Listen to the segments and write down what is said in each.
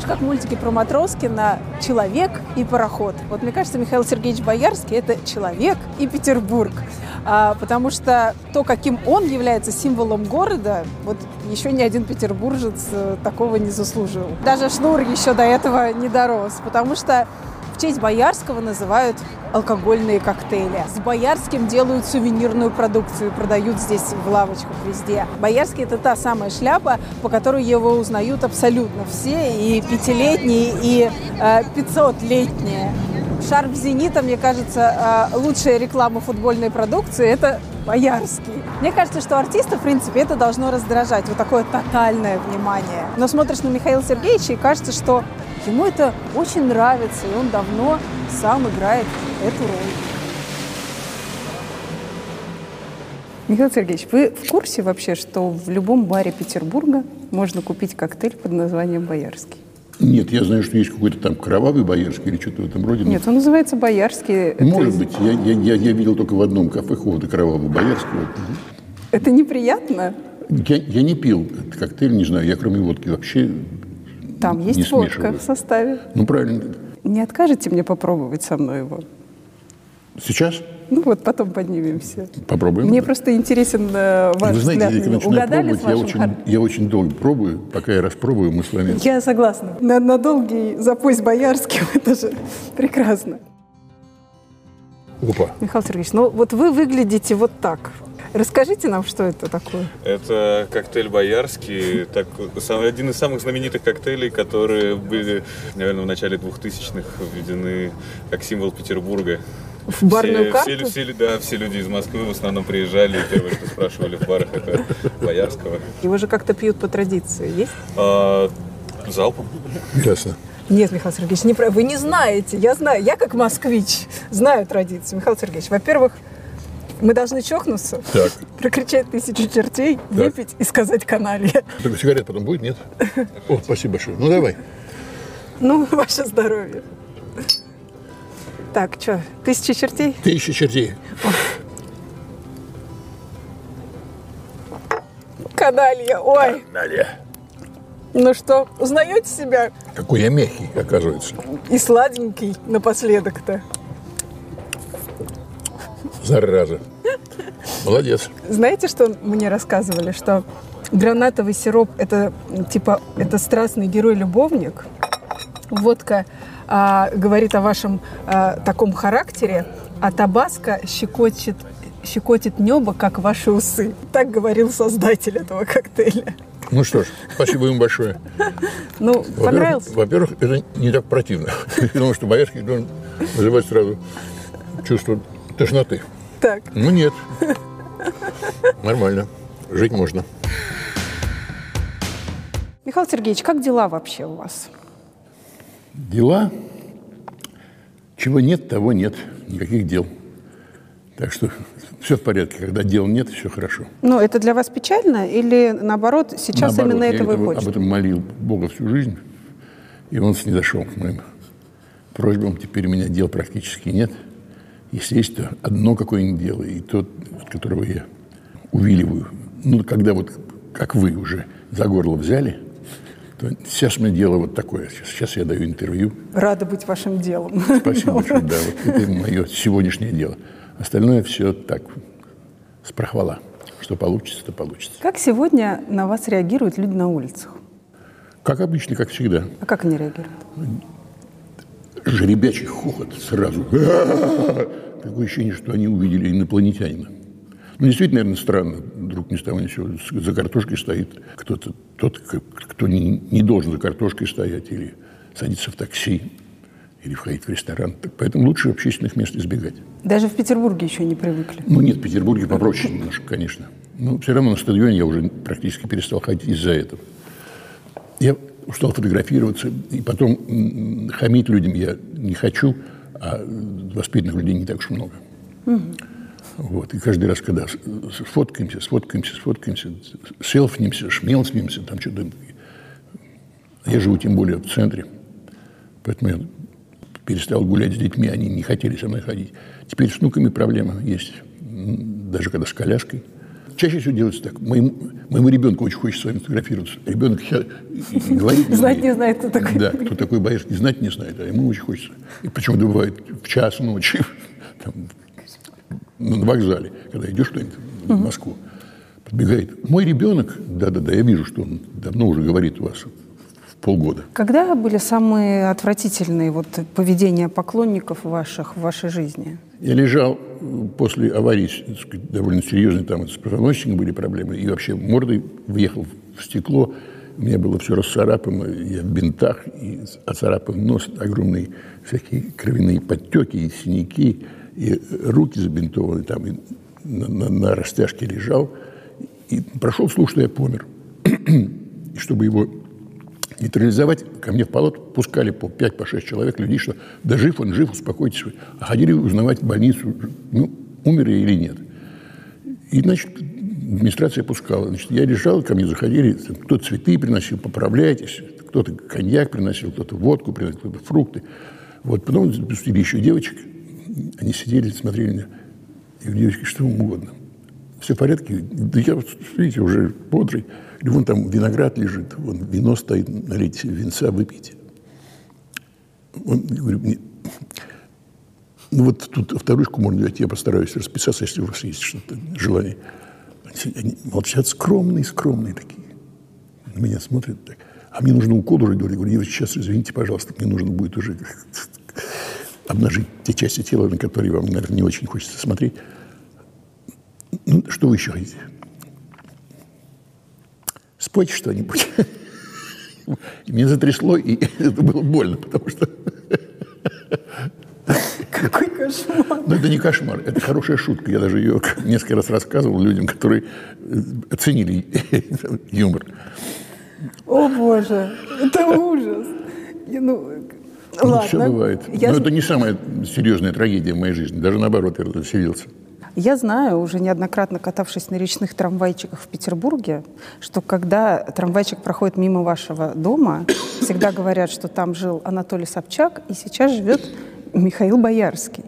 знаешь, как в мультике про Матроскина «Человек и пароход». Вот мне кажется, Михаил Сергеевич Боярский – это человек и Петербург. Потому что то, каким он является символом города, вот еще ни один петербуржец такого не заслужил. Даже Шнур еще до этого не дорос, потому что в честь Боярского называют алкогольные коктейли. С Боярским делают сувенирную продукцию, продают здесь в лавочках везде. Боярский – это та самая шляпа, по которой его узнают абсолютно все, и 5-летние, и 500-летние. Шарф «Зенита», мне кажется, лучшая реклама футбольной продукции – это Боярский. Мне кажется, что артиста, в принципе, это должно раздражать, вот такое тотальное внимание. Но смотришь на Михаила Сергеевича и кажется, что ему это очень нравится, и он давно сам играет эту роль. Михаил Сергеевич, вы в курсе вообще, что в любом баре Петербурга можно купить коктейль под названием «Боярский»? Нет, я знаю, что есть какой-то там кровавый Боярский или что-то в этом роде. Нет, он называется «Боярский». Может быть. Я видел только в одном кафе какого-то кровавого Боярского. Это неприятно? Я не пил этот коктейль, не знаю. Я кроме водки вообще там не есть водка в составе. Ну, правильно. Не откажете мне попробовать со мной его? Сейчас? Ну вот, потом поднимемся. Попробуем. Мне просто интересен ваш взгляд. Вы знаете, я Угадали пробовать, я очень долго пробую. Пока я распробую, мы с вами... Я согласна. На долгий запой с Боярским это же прекрасно. Опа. Михаил Сергеевич, ну вот вы выглядите вот так. Расскажите нам, что это такое. Это коктейль «Боярский». Один из самых знаменитых коктейлей, которые были, наверное, в начале 2000-х введены как символ Петербурга. В барную карту? Все люди из Москвы в основном приезжали, и первое, что спрашивали в барах, это Боярского. Его же как-то пьют по традиции, есть? Залпом. Ясно. Нет, Михаил Сергеевич, вы не знаете. Я знаю, я как москвич знаю традицию. Михаил Сергеевич, во-первых, мы должны чокнуться, прокричать 1000 чертей, выпить и сказать каналья. Только сигарет потом будет, нет? О, спасибо большое. Ну, давай. Ну, ваше здоровье. Так, что, 1000 чертей? 1000 чертей. Каналья, ой. Каналья. Ну что, узнаете себя? Какой я мягкий, оказывается. И сладенький напоследок-то. Зараза. Молодец. Знаете, что мне рассказывали? Что гранатовый сироп – это страстный герой-любовник. Водка говорит о вашем таком характере, а табаско щекотит небо, как ваши усы. Так говорил создатель этого коктейля. Ну что ж, спасибо ему большое. Ну, понравился? Во-первых, это не так противно. Потому что Боярский должен вызывать сразу чувство тошноты. Так. Ну нет. Нормально. Жить можно. Михаил Сергеевич, как дела вообще у вас? Дела? Чего нет, того нет. Никаких дел. Так что все в порядке. Когда дел нет, все хорошо. Ну, это для вас печально или, наоборот, сейчас именно этого и хочется? Об этом молил Бога всю жизнь, и он снизошел к моим просьбам. Теперь у меня дел практически нет. Если есть, то одно какое-нибудь дело, и то, от которого я увиливаю. Ну, когда вот, как вы уже за горло взяли, то сейчас у меня дело вот такое. Сейчас я даю интервью. Рада быть вашим делом. Спасибо большое, да. Вот это мое сегодняшнее дело. Остальное все так, с прохвала. Что получится, то получится. Как сегодня на вас реагируют люди на улицах? Как обычно, как всегда. А как они реагируют? Жеребячий хохот сразу. Такое ощущение, что они увидели инопланетянина. Ну, действительно, наверное, странно. Вдруг ни с того ни с сего за картошкой стоит кто-то, кто не должен за картошкой стоять, или садится в такси, или входить в ресторан. Поэтому лучше общественных мест избегать. Даже в Петербурге еще не привыкли? Ну, нет, в Петербурге попроще немножко, конечно. Но все равно на стадионе я уже практически перестал ходить из-за этого. Я устал фотографироваться, и потом хамить людям я не хочу, а воспитанных людей не так уж много. Вот. И каждый раз, когда сфоткаемся, селфнимся, шмелснимся, там что-то... Я живу тем более в центре, поэтому я перестал гулять с детьми, они не хотели со мной ходить. Теперь с внуками проблема есть, даже когда с коляской. чаще всего делается так. Моему ребенку очень хочется с вами фотографироваться. Ребенок сейчас говорит не Знать не знает, кто такой. Да, кто такой Боярский, знать не знает, а ему очень хочется. И причем это бывает в час ночи, там, на вокзале, когда идешь куда-нибудь в Москву, подбегает. Мой ребенок, да-да-да, я вижу, что он давно уже говорит у вас в полгода. Когда были самые отвратительные поведения поклонников ваших в вашей жизни? Я лежал после аварии, так сказать, довольно серьезной, там с позвоночником были проблемы, и вообще мордой въехал в стекло, у меня было все расцарапано, я в бинтах, и оцарапан нос, огромные всякие кровяные подтеки и синяки, и руки забинтованы, там и на растяжке лежал, и прошел слух, что я помер. И чтобы его нейтрализовать, ко мне в палату пускали по 5-6 человек, людей, что да жив он, жив, успокойтесь вы. А ходили узнавать в больницу, умер я или нет. И, значит, администрация пускала. Значит, я лежал, ко мне заходили, кто-то цветы приносил, поправляйтесь, кто-то коньяк приносил, кто-то водку приносил, кто-то фрукты. Вот, потом запустили еще девочек, они сидели, смотрели на меня. Я говорю, девочки, что вам угодно. Все в порядке? Да я, видите, уже бодрый. Или вон там виноград лежит, вон вино стоит, налейте себе винца, выпейте. Он, я говорю, вот тут авторучку можно взять, я постараюсь расписаться, если у вас есть что-то, желание. Они молчат, скромные такие. На меня смотрят так. А мне нужно укол уже делать. Я говорю, девочки, сейчас, извините, пожалуйста, мне нужно будет уже обнажить те части тела, на которые вам, наверное, не очень хочется смотреть. Ну, что вы еще хотите? Спойте что-нибудь. Меня затрясло, и это было больно, потому что... Какой кошмар. Ну, это не кошмар, это хорошая шутка. Я даже ее несколько раз рассказывал людям, которые оценили юмор. О, Боже, это ужас. Ладно. Все бывает. Но это не самая серьезная трагедия в моей жизни. Даже наоборот, я развеселился. Я знаю, уже неоднократно катавшись на речных трамвайчиках в Петербурге, что когда трамвайчик проходит мимо вашего дома, всегда говорят, что там жил Анатолий Собчак, и сейчас живет Михаил Боярский.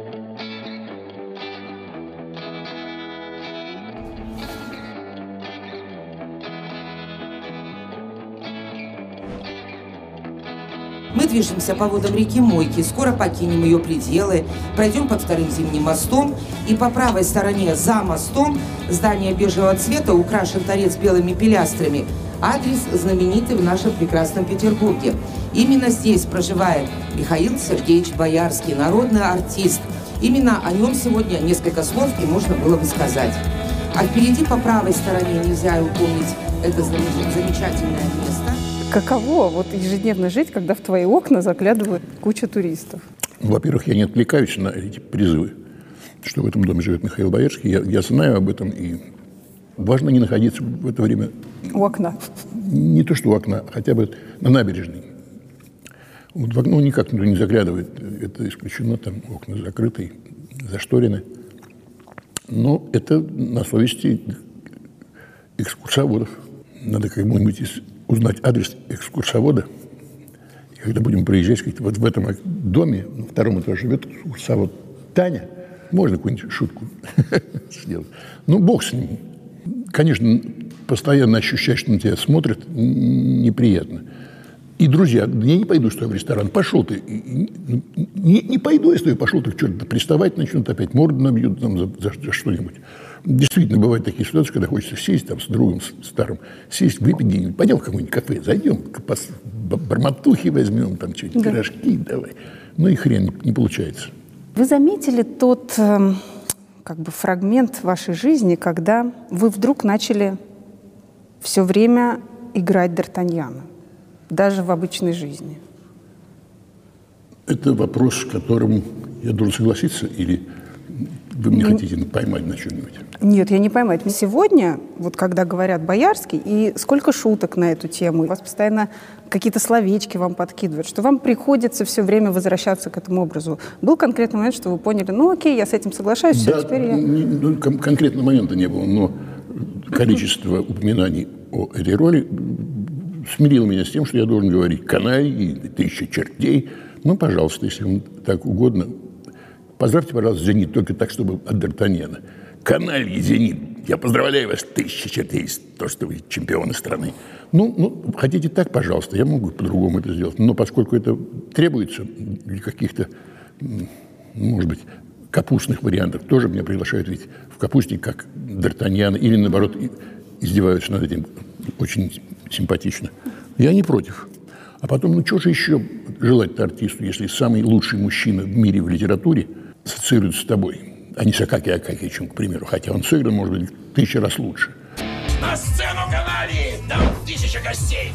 Мы движемся по водам реки Мойки, скоро покинем ее пределы, пройдем под вторым зимним мостом, и по правой стороне за мостом здание бежевого цвета, украшен торец белыми пилястрами. Адрес знаменитый в нашем прекрасном Петербурге. Именно здесь проживает Михаил Сергеевич Боярский, народный артист. Именно о нем сегодня несколько слов и можно было бы сказать. А впереди по правой стороне, нельзя упомнить это замечательное место. Каково ежедневно жить, когда в твои окна заглядывают куча туристов? Во-первых, я не отвлекаюсь на эти призывы, что в этом доме живет Михаил Боярский. Я знаю об этом, и важно не находиться в это время... У окна? Не то, что у окна, хотя бы на набережной. Вот в окно никак никто не заглядывает, это исключено, там окна закрыты, зашторены. Но это на совести экскурсоводов. Надо как-нибудь узнать адрес экскурсовода. И когда будем проезжать, сказать, вот в этом доме, на втором этаже живет экскурсовод Таня, можно какую-нибудь шутку сделать. Ну, бог с ним. Конечно, постоянно ощущать, что на тебя смотрят, неприятно. И, друзья, я не пойду с тобой в ресторан. Пошел ты. Не пойду я с тобой, пошел ты к черту. Приставать начнут, опять морду набьют там, за что-нибудь. Действительно, бывают такие ситуации, когда хочется сесть там, с другом старым, сесть, выпить где-нибудь. Пойдем в какое-нибудь кафе, зайдем, барматухи возьмем, там что-нибудь, да. Пирожки давай. Ну и хрен, не получается. Вы заметили тот фрагмент вашей жизни, когда вы вдруг начали все время играть Д'Артаньяна, даже в обычной жизни? Это вопрос, с которым я должен согласиться, или вы мне хотите поймать на что-нибудь? Нет, я не поймать. Сегодня, вот когда говорят Боярский, и сколько шуток на эту тему, у вас постоянно какие-то словечки вам подкидывают, что вам приходится все время возвращаться к этому образу. Был конкретный момент, что вы поняли, ну окей, я с этим соглашаюсь, все, теперь я... Конкретного момента не было, но количество упоминаний о этой роли смирило меня с тем, что я должен говорить «канальи», «тысяча чертей». Ну, пожалуйста, если вам так угодно. Поздравьте, пожалуйста, «Зенит», только так, чтобы от Д'Артаньяна. «Канальи», «Зенит». Я поздравляю вас, 1000 чертей, то, что вы чемпионы страны. Ну, хотите так, пожалуйста, я могу по-другому это сделать. Но поскольку это требуется для каких-то, может быть, капустных вариантов, тоже меня приглашают ведь в капусте, как Д'Артаньян, или, наоборот, издеваются над этим очень симпатично. Я не против. А потом, ну, что же еще желать-то артисту, если самый лучший мужчина в мире в литературе ассоциируется с тобой, а не с Акакием Акакиевичем, к примеру, хотя он сыгран, может быть, 1000 раз лучше. На сцену канали, там 1000 гостей.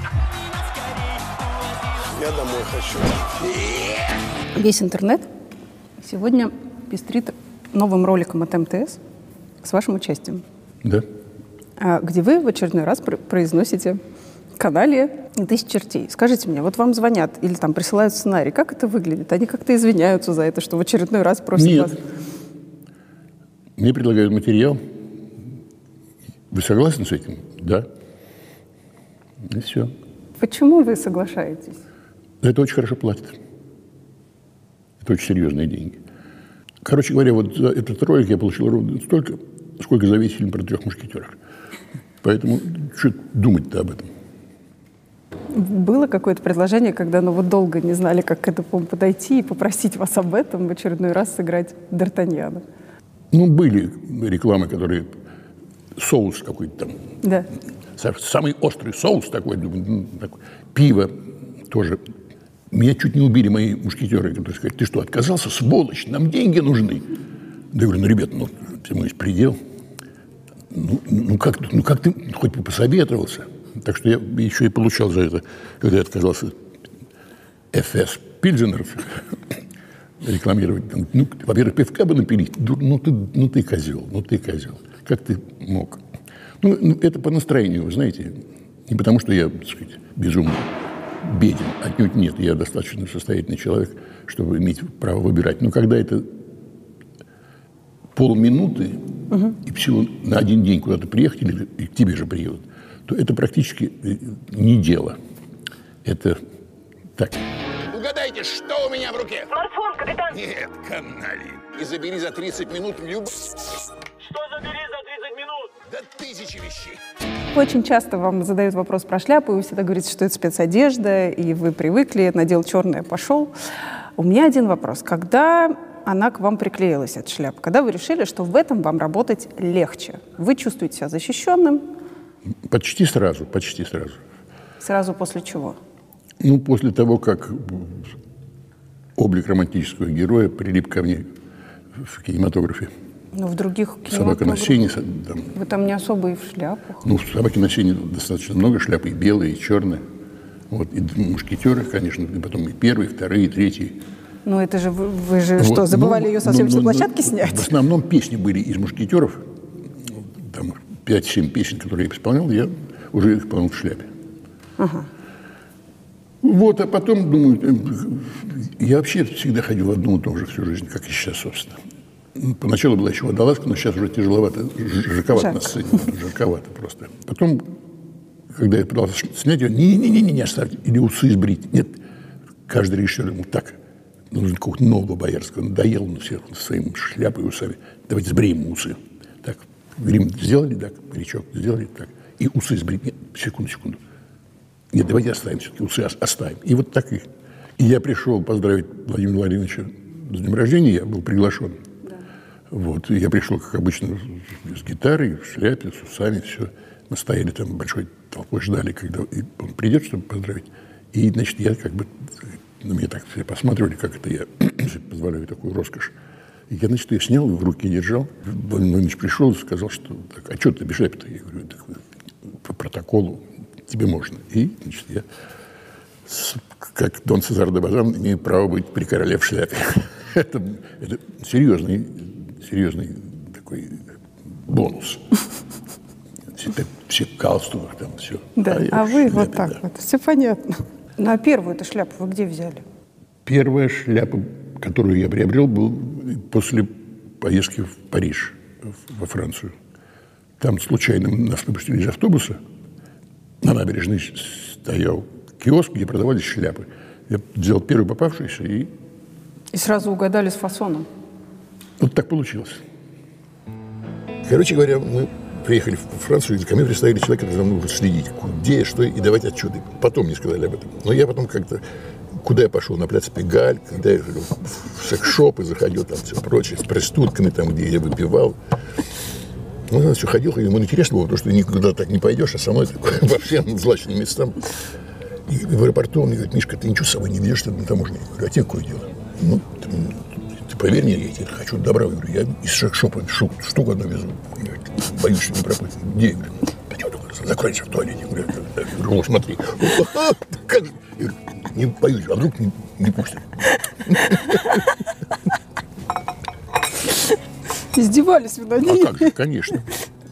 Я домой хочу. Весь интернет сегодня пестрит новым роликом от МТС с вашим участием. Да. Где вы в очередной раз произносите канале 1000 чертей. Скажите мне, вот вам звонят или там присылают сценарий, как это выглядит? Они как-то извиняются за это, что в очередной раз просят вас? Нет. Мне предлагают материал. Вы согласны с этим? Да. И все. Почему вы соглашаетесь? Это очень хорошо платят. Это очень серьезные деньги. Короче говоря, вот за этот ролик я получил ровно столько, сколько за весь фильм про 3 мушкетерах. Поэтому что думать-то об этом? Было какое-то предложение, когда вот долго не знали, как к этому подойти и попросить вас об этом в очередной раз сыграть Д'Артаньяна? Ну, были рекламы, которые соус какой-то там. Да. Самый острый соус такой, такой. Пиво тоже. Меня чуть не убили мои мушкетеры, которые сказали: ты что, отказался, сволочь, нам деньги нужны. Да я говорю: ну, ребята, ну, всему есть предел. Ну, как ты хоть бы посоветовался? Так что я еще и получал за это, когда я отказался ФС Пильзенеров рекламировать. Ну, во-первых, пивка бы напилить. Ну ты козел. Как ты мог? Ну, это по настроению, вы знаете. Не потому, что я, так сказать, безумно беден. Отнюдь нет. Я достаточно состоятельный человек, чтобы иметь право выбирать. Но когда это полминуты, и всего на один день куда-то приехать, или к тебе же приедут, то это практически не дело. Это так. Угадайте, что у меня в руке? Смартфон, капитан. Нет, канали. И забери за 30 минут люб... Что забери за 30 минут? Да 1000 вещей. Очень часто вам задают вопрос про шляпу, и вы всегда говорите, что это спецодежда, и вы привыкли, надел черное, пошел. У меня один вопрос. Когда она к вам приклеилась, эта шляпа? Когда вы решили, что в этом вам работать легче? Вы чувствуете себя защищенным? Почти сразу. Сразу после чего? Ну, после того, как облик романтического героя прилип ко мне в кинематографе. Ну, в других «Собака на сене». Там, вы там не особо и в шляпах. ну, в «Собаке на сене» достаточно много шляп, и белые, и черные. Вот, и «Мушкетеры», конечно, и потом и первые, и вторые, и третьи. Ну, это же вы же Вот. что, забывали ее со съемочной площадки В снять? основном песни были из «Мушкетеров». Там 5-7 песен, которые я исполнял, я уже исполнял в шляпе. Ага. Вот, а потом, думаю, я вообще всегда ходил в одном и том же всю жизнь, как и сейчас, собственно. Поначалу была еще водолазка, но сейчас уже тяжеловато, жарковато на сцене, жарковато просто. Потом, когда я пытался снять ее, не оставьте, или усы сбрить. Нет, каждый режиссер ему так, нужно какого-то нового Боярского, надоел он всех своим шляпой и усами. Давайте сбреем ему усы. Так, грим сделали, так, паричок сделали, так, и усы сбрить. Нет, секунду. Нет, давайте оставим все-таки, усы оставим. И вот так и я пришел поздравить Владимира Владимировича с днем рождения, я был приглашен. Да. Вот, и я пришел, как обычно, с гитарой, в шляпе, с усами, все. Мы стояли там большой толпой, ждали, когда он придет, чтобы поздравить. И, значит, я как бы, на меня так все посматривали, как это я позволяю такую роскошь. И я, значит, ее снял, в руки держал. Владимир Владимирович пришел и сказал, что, так, а что ты без шляпы-то? Я говорю, так, по протоколу тебе можно. И, значит, я, как Дон Сезар де Базан, имею право быть при короле в шляпе. Это серьезный такой бонус. Все в галстуках там, все. Да, а вы шляпе, вот так вот, все понятно. Ну, а первую-то шляпу вы где взяли? Первая шляпа, которую я приобрел, был после поездки в Париж, во Францию. Там случайно нас выпустили из автобуса. На набережной стоял киоск, где продавались шляпы. Я взял первую попавшуюся и... И сразу угадали с фасоном? Вот так получилось. Короче говоря, мы приехали в Францию, и ко мне представили человека, который нам нужно следить, где, что, и давать отчеты. Потом мне сказали об этом. Но я потом как-то... Куда я пошел? На пляц Пегаль, когда я в секс-шопы заходил, там все прочее, с проститутками, там, где я выпивал. Ну, я все ходил, ему интересно было, потому что никуда так не пойдешь, а со мной по всем злачным местам. И в аэропорту он мне говорит: Мишка, ты ничего с собой не ведешь, ты на таможне? Я говорю: а тебе какое дело? Ну, ты поверь мне, я тебе хочу добра. Я говорю: я из секс-шопа штуку одну везу. Я говорю: боюсь, что не пропустит. Где? Я говорю: да что ты, закройся в туалете. Я говорю: ну, смотри. Как же? Я говорю: не боюсь, а вдруг не пустят. Издевались вы над ней? А как же, конечно.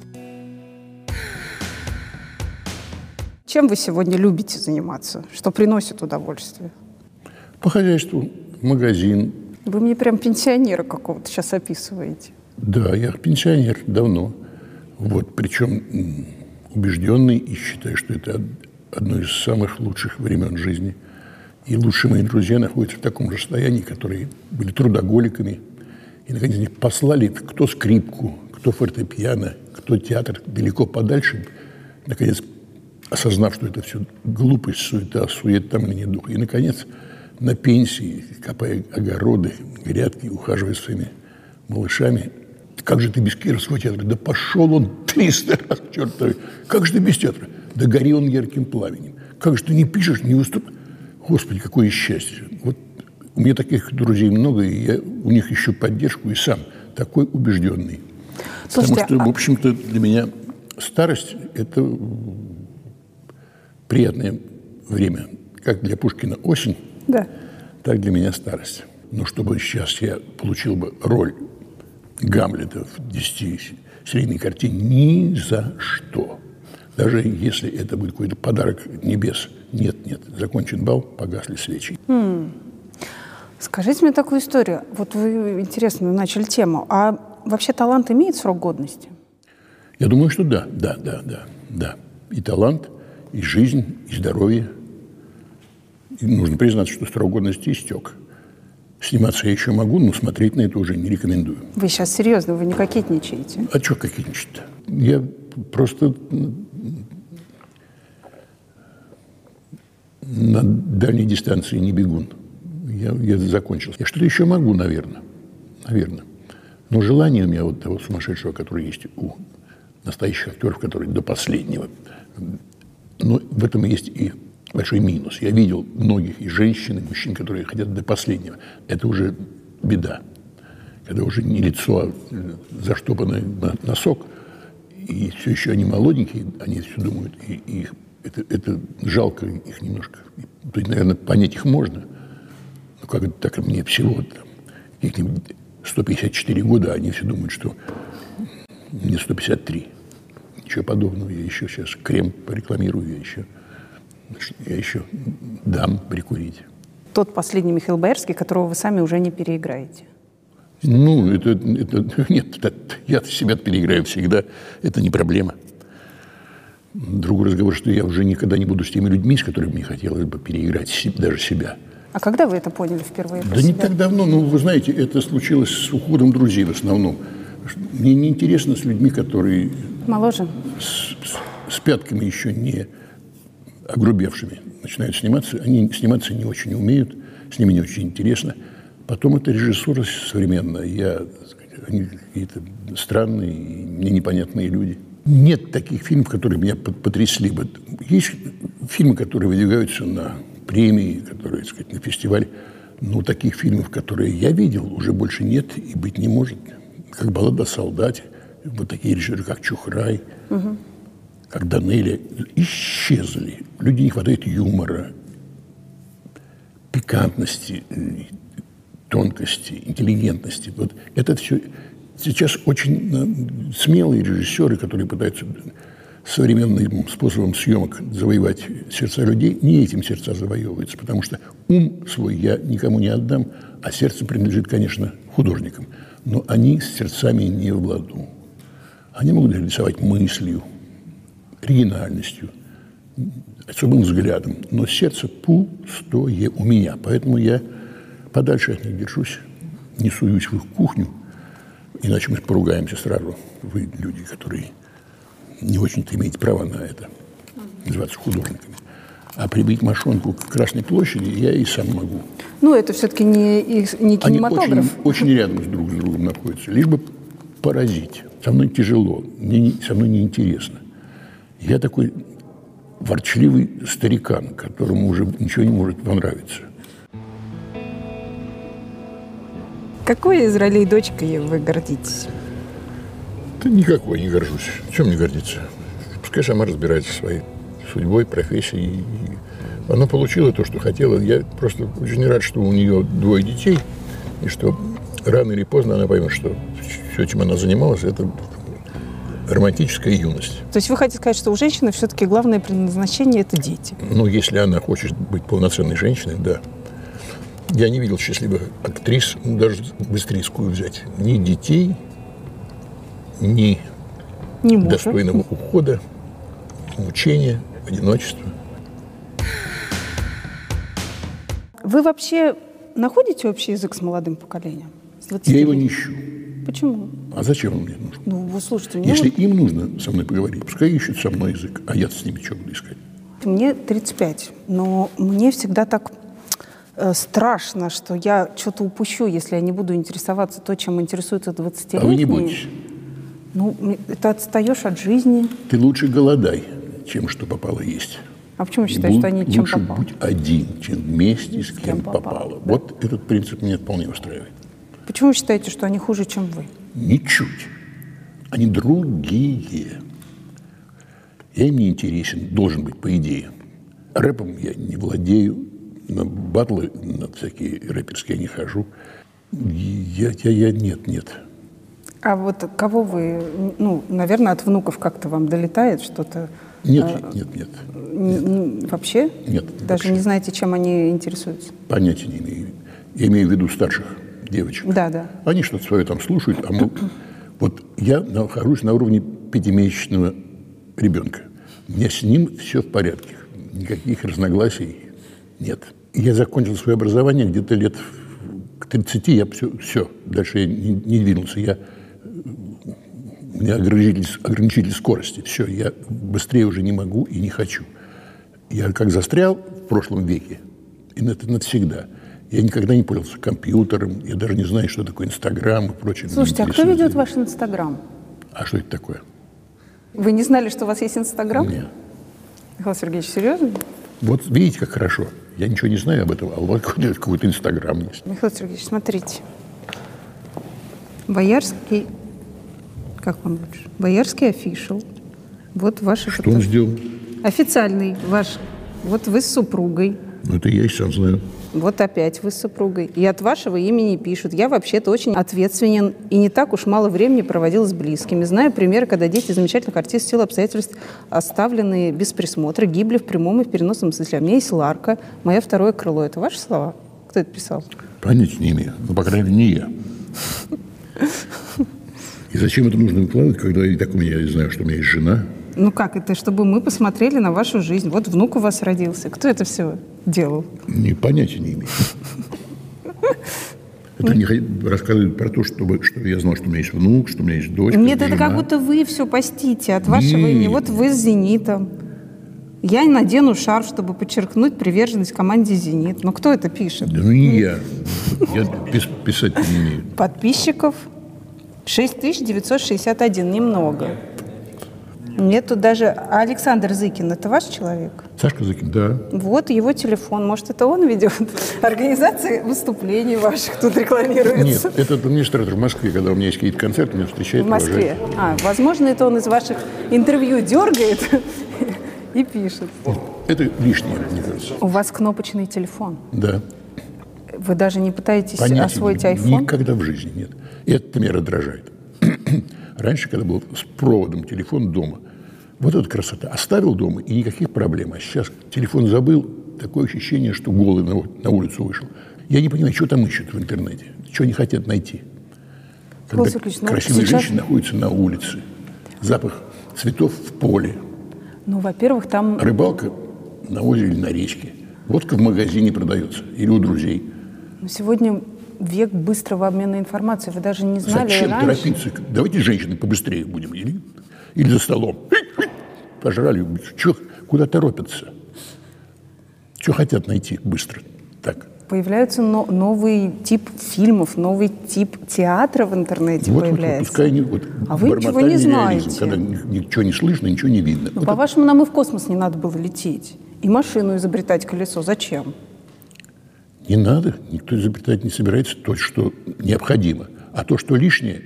Чем вы сегодня любите заниматься? Что приносит удовольствие? По хозяйству, в магазин. Вы мне прям пенсионера какого-то сейчас описываете. Да, я пенсионер давно. Вот, причем убежденный и считаю, что это одно из самых лучших времен жизни. И лучшие мои друзья находятся в таком же состоянии, которые были трудоголиками. И, наконец, они послали кто скрипку, кто фортепиано, кто театр далеко подальше. Наконец, осознав, что это все глупость, суета, там нет духа. И, наконец, на пенсии, копая огороды, грядки, ухаживая своими малышами: как же ты без Кировского театра? Да пошел он 300 раз, черт возьми. Как же ты без театра? Да гори он ярким пламенем. Как же ты не пишешь, не выступаешь? Господи, какое счастье. Вот у меня таких друзей много, и я у них ищу поддержку, и сам такой убежденный. Слушайте, потому что, в общем-то, для меня старость – это приятное время. Как для Пушкина осень, да, так для меня старость. Но чтобы сейчас я получил бы роль Гамлета в 10-серийной картине, ни за что. Даже если это будет какой-то подарок небес. Нет, закончен бал, погасли свечи. Скажите мне такую историю. Вот вы интересно начали тему. А вообще талант имеет срок годности? Я думаю, что да. И талант, и жизнь, и здоровье. И нужно признаться, что срок годности истек. Сниматься я еще могу, но смотреть на это уже не рекомендую. Вы сейчас серьезно, вы не кокетничаете? А что кокетничать-то? Я просто на дальней дистанции не бегун. Я закончил. Я что-то еще могу, наверное. Но желание у меня вот того сумасшедшего, который есть у настоящих актеров, которые до последнего. Но в этом есть и большой минус. Я видел многих и женщин, и мужчин, которые хотят до последнего. Это уже беда. Когда уже не лицо, а заштопанный носок, и все еще они молоденькие, они все думают, и это жалко их немножко. То есть, наверное, понять их можно. Но как это так, мне всего каких-нибудь 154 года, они все думают, что мне 153. Ничего подобного. Я еще сейчас крем порекламирую, я еще дам прикурить. Тот последний Михаил Боярский, которого вы сами уже не переиграете. Ну, нет, я себя переиграю всегда, это не проблема. Другой разговор, что я уже никогда не буду с теми людьми, с которыми мне хотелось бы переиграть даже себя. А когда вы это поняли впервые? Да не так давно, вы знаете, это случилось с уходом друзей в основном. Мне неинтересно с людьми, которые моложе, с пятками еще не огрубевшими начинают сниматься. Они сниматься не очень умеют, с ними не очень интересно. Потом это режиссура современная. Они какие-то странные, мне непонятные люди. Нет таких фильмов, которые меня потрясли бы. Есть фильмы, которые выдвигаются на премии, которые, так сказать, на фестивале. Но таких фильмов, которые я видел, уже больше нет и быть не может. Как «Баллада о солдате», вот такие режиссеры, как Чухрай, как Данелия, исчезли. Люди не хватает юмора, пикантности, тонкости, интеллигентности. Вот это все. Сейчас очень смелые режиссеры, которые пытаются современным способом съемок завоевать сердца людей, не этим сердца завоевываются, потому что ум свой я никому не отдам, а сердце принадлежит, конечно, художникам. Но они с сердцами не в ладу. Они могут рисовать мыслью, оригинальностью, особым взглядом, но сердце пустое у меня. Поэтому я подальше от них держусь, не суюсь в их кухню. Иначе мы поругаемся сразу. Вы люди, которые не очень-то имеете право на это, называться художниками. А прибить мошонку к Красной площади я и сам могу. Ну, это все-таки не кинематограф. Они очень рядом друг с другом находятся. Лишь бы поразить. Со мной тяжело, со мной неинтересно. Я такой ворчливый старикан, которому уже ничего не может понравиться. Какой из ролей дочкой вы гордитесь? Да никакой не горжусь. Чем мне гордиться? Пускай сама разбирается со своей судьбой, профессией. И она получила то, что хотела. Я просто очень рад, что у нее 2 детей, и что рано или поздно она поймет, что все, чем она занималась, это романтическая юность. То есть вы хотите сказать, что у женщины все-таки главное предназначение – это дети? Ну, если она хочет быть полноценной женщиной, да. Я не видел счастливых актрис, даже быстрицкую взять. Ни детей, ни достойного ухода, мучения, одиночества. Вы вообще находите общий язык с молодым поколением? Я его не ищу. Почему? А зачем он мне нужен? Ну, вы слушайте, мне Если им нужно со мной поговорить, пускай ищут со мной язык, а я с ними что буду искать? Мне 35, но мне всегда так страшно, что я что-то упущу, если я не буду интересоваться то, чем интересуются 20-летние. А вы не бойтесь? Ну, ты отстаешь от жизни. Ты лучше голодай, чем что попало есть. А почему вы считаете, что они чем лучше попало? будь один, чем вместе с кем попало. Да. Вот этот принцип меня вполне устраивает. Почему вы считаете, что они хуже, чем вы? Ничуть. Они другие. Я им не интересен, должен быть, по идее. Рэпом я не владею, на батлы, на всякие рэперские я не хожу. Нет. А вот кого вы, ну, наверное, от внуков как-то вам долетает что-то? Нет. Вообще? Нет. Даже вообще. не знаете, чем они интересуются? Понятия не имею. Я имею в виду старших девочек. Да. Они что-то свое там слушают, а мы... Вот я нахожусь на уровне 5-месячного ребенка. У меня с ним все в порядке. Никаких разногласий нет. Я закончил свое образование где-то лет к 30, я все. Дальше я не двинулся. У меня ограничитель скорости. Все, я быстрее уже не могу и не хочу. Я как застрял в прошлом веке, и это навсегда. Я никогда не пользовался компьютером, я даже не знаю, что такое Инстаграм и прочее. Слушайте, а кто ведет ваш Инстаграм? А что это такое? Вы не знали, что у вас есть Инстаграм? Нет. Михаил Сергеевич, серьезно? Вот видите, как хорошо. Я ничего не знаю об этом, а у вас какой-то Инстаграм есть. Михаил Сергеевич, смотрите. Боярский... Как вам лучше? Боярский official. Вот ваши Что он сделал? Официальный ваш. Вот вы с супругой. Ну, это я и сам знаю. Вот опять вы с супругой. И от вашего имени пишут. Я вообще-то очень ответственен и не так уж мало времени проводил с близкими. Знаю примеры, когда дети замечательных артистов в силу обстоятельств, оставленные без присмотра, гибли в прямом и в переносном смысле. У меня есть Ларка, мое второе крыло. Это ваши слова? Кто это писал? Понятия не имею. Ну, по крайней мере, не я. И зачем это нужно выкладывать, когда и так у меня, я знаю, что у меня есть жена? Ну как это? Чтобы мы посмотрели на вашу жизнь. Вот внук у вас родился. Кто это все делал? Понятия не имею. Это они рассказывают про то, чтобы я знал, что у меня есть внук, что у меня есть дочка. Нет, это жена. как будто вы все постите от вашего имени. Вот вы с «Зенитом». Я надену шарф, чтобы подчеркнуть приверженность команде «Зенит». Но кто это пишет? Да ну не я. Я писать не умею. Подписчиков 6961. Немного. Нет, тут даже Александр Зыкин. Это ваш человек? Сашка Зыкин, да. Вот его телефон. Может, это он ведет? Организации выступлений ваших тут рекламируется. Нет, это администратор в Москве, когда у меня есть какие-то концерты, меня встречает. В Москве. Возможно, это он из ваших интервью дергает и пишет. Это лишнее, мне кажется. У вас кнопочный телефон. Да. Вы даже не пытаетесь освоить iPhone? Никогда в жизни нет. И это меня раздражает. Раньше, когда был с проводом телефон дома, вот эта красота. Оставил дома, и никаких проблем. А сейчас телефон забыл, такое ощущение, что голый на улицу вышел. Я не понимаю, что там ищут в интернете, что они хотят найти. Когда красивая женщина находится на улице, запах цветов в поле. Ну, во-первых, там... Рыбалка на озере или на речке. Водка в магазине продается или у друзей. Сегодня век быстрого обмена информацией. Вы даже не знали Зачем раньше? торопиться? Давайте женщины побыстрее будем. Или за столом. Пожрали. Куда торопятся? Что хотят найти быстро? Так. Появляется новый тип фильмов, новый тип театра в интернете появляется. Пускай они, а вы ничего не знаете. Реализм, когда ничего не слышно, ничего не видно. Ну, по-вашему, нам и в космос не надо было лететь. И машину изобретать, колесо. Зачем? Не надо. Никто изобретать не собирается то, что необходимо. А то, что лишнее,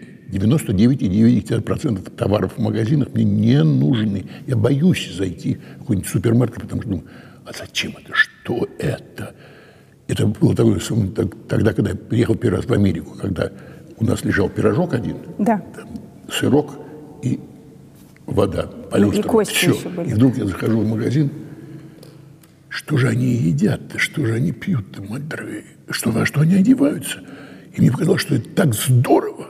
99,9% товаров в магазинах мне не нужны. Я боюсь зайти в какой-нибудь супермаркет, потому что думаю, а зачем это? Что это? Это было тогда, когда я приехал первый раз в Америку, когда у нас лежал пирожок один, да. Там, сырок и вода. И кости все. еще были. И вдруг я захожу в магазин, что же они едят-то, что же они пьют-то, мать дорогая, во что они одеваются. И мне показалось, что это так здорово.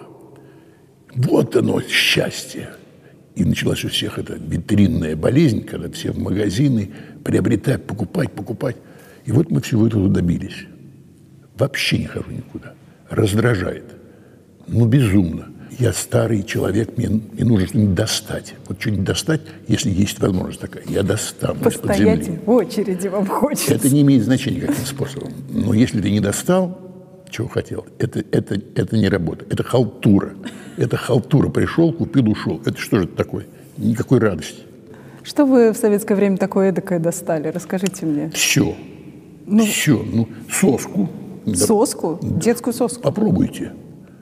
Вот оно, счастье. И началась у всех эта витринная болезнь, когда все в магазины приобретать, покупать. И вот мы всего этого добились. Вообще не хожу никуда. Раздражает. Ну, безумно. Я старый человек, мне нужно что-нибудь достать. Вот что-нибудь достать, если есть возможность такая. Я достану из-под земли. Постоять в очереди вам хочется. Это не имеет значения каким способом. Но если ты не достал, чего хотел, это не работа. Это халтура. Это халтура. Пришел, купил, ушел. Это что же это такое? Никакой радости. Что вы в советское время такое эдакое достали? Расскажите мне. Все. Все. Ну, соску. Соску? Да. Детскую соску? Попробуйте.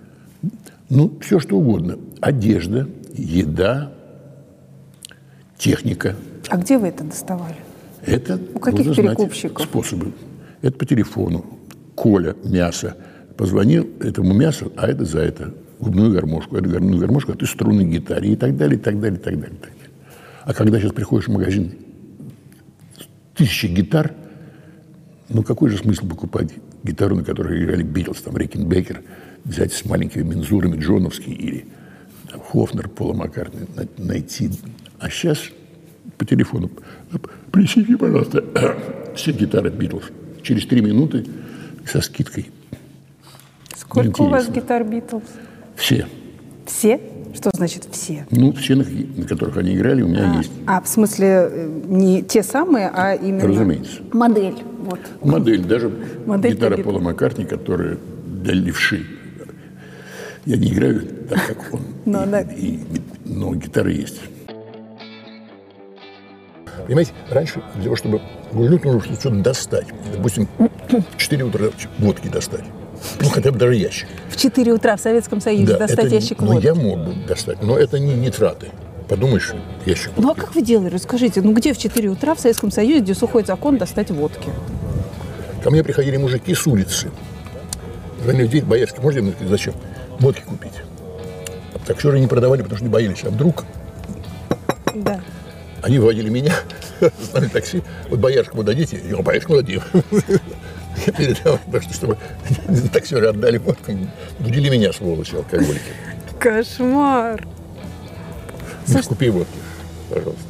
Ну, все что угодно. Одежда, еда, техника. А где вы это доставали? Это у каких нужно перекупщиков? Знать способы. Это по телефону. Коля, мясо. Позвонил этому мясу, а это за это. Губную гармошку. Это губную гармошку, а ты струны гитаре. И так далее, и так далее, и так далее, и так далее. А когда сейчас приходишь в магазин, 1000 гитар, ну какой же смысл покупать гитару, на которой играли Битлз, там, Рикенбекер, взять с маленькими мензурами Джоновский или там, Хофнер, Пола Маккартни найти. А сейчас по телефону принесите, пожалуйста, все гитары Битлз. Через 3 минуты со скидкой. Сколько у вас гитар Битлз? Все. Все? Что значит все? Ну, все, на которых они играли, у меня есть. А в смысле не те самые, а именно... Разумеется. Модель. Вот. Модель. Даже модель гитара Пола Маккартни, которая для левши. Я не играю так, как он. Но гитара есть. Понимаете, раньше для того, чтобы гульнуть, нужно что-то достать. Допустим, в 4 утра водки достать. Ну, хотя бы даже ящик. В 4 утра в Советском Союзе достать ящик водки? Ну, я мог бы достать, но это не нитраты. Подумаешь, ящик водки. Ну, а как вы делали? Расскажите, ну, где в 4 утра в Советском Союзе, где сухой закон, достать водки? Ко мне приходили мужики с улицы. Звонили в дверь, Боярский, можно? Я сказал, зачем? Водки купить. Так все же не продавали, потому что не боялись. А вдруг... Да. Они выводили меня, знали такси. Вот Боярскому дадите? Я Боярскому дадим. Я передал, чтобы таксеры отдали водку. Будили меня, сволочи, алкоголики. Кошмар. Купи водки, пожалуйста.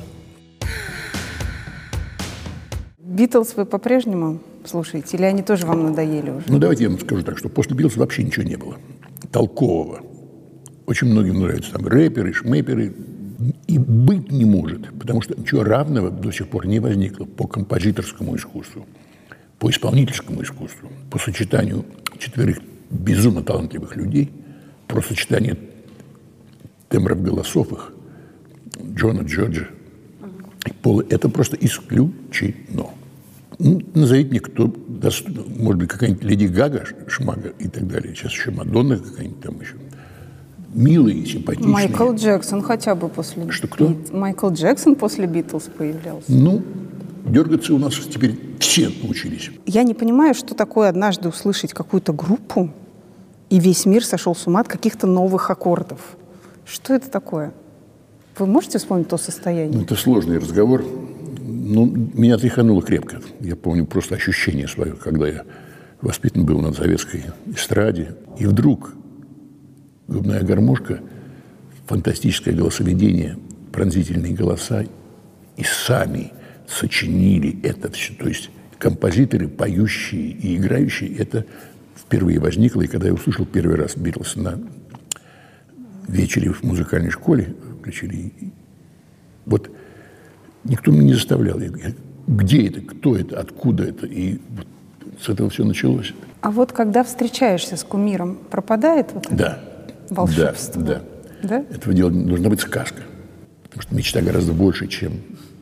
Битлз вы по-прежнему слушаете? Или они тоже вам надоели уже? Ну, давайте я вам скажу так, что после Битлз вообще ничего не было толкового. Очень многим нравятся там рэперы, шмэперы. И быть не может, потому что ничего равного до сих пор не возникло по композиторскому искусству, по исполнительскому искусству, по сочетанию 4 безумно талантливых людей, по сочетанию тембров голосов их, Джона, Джорджа и Пола. Это просто исключено. Ну, назовите мне, кто, может быть, какая-нибудь Леди Гага, Шмага и так далее. Сейчас еще Мадонна какая-нибудь там еще. Милые, симпатичные. Майкл Джексон хотя бы после Битлз. Что, кто? Майкл Джексон после Битлз появлялся. Ну, дергаться у нас теперь все научились. Я не понимаю, что такое однажды услышать какую-то группу, и весь мир сошел с ума от каких-то новых аккордов. Что это такое? Вы можете вспомнить то состояние? Ну, это сложный разговор. Ну, меня тряхануло крепко. Я помню просто ощущение свое, когда я воспитан был на советской эстраде. И вдруг губная гармошка, фантастическое голосоведение, пронзительные голоса, и сами сочинили это все. То есть композиторы, поющие и играющие, это впервые возникла, и когда я услышал первый раз Битлз на вечере в музыкальной школе, включили, вот никто меня не заставлял. Я говорю, где это, кто это, откуда это? И вот с этого все началось. А вот когда встречаешься с кумиром, пропадает вот это волшебство? Да. Да? Этого дела должна быть сказка. Потому что мечта гораздо больше, чем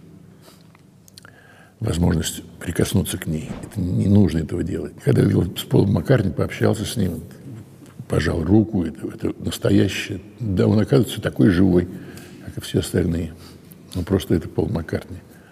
возможность прикоснуться к ней. Это не нужно этого делать. Когда я видел с Полом Маккартни, пообщался с ним, пожал руку, это настоящее. Да, он оказывается такой живой, как и все остальные. Ну, просто это Пол Маккартни.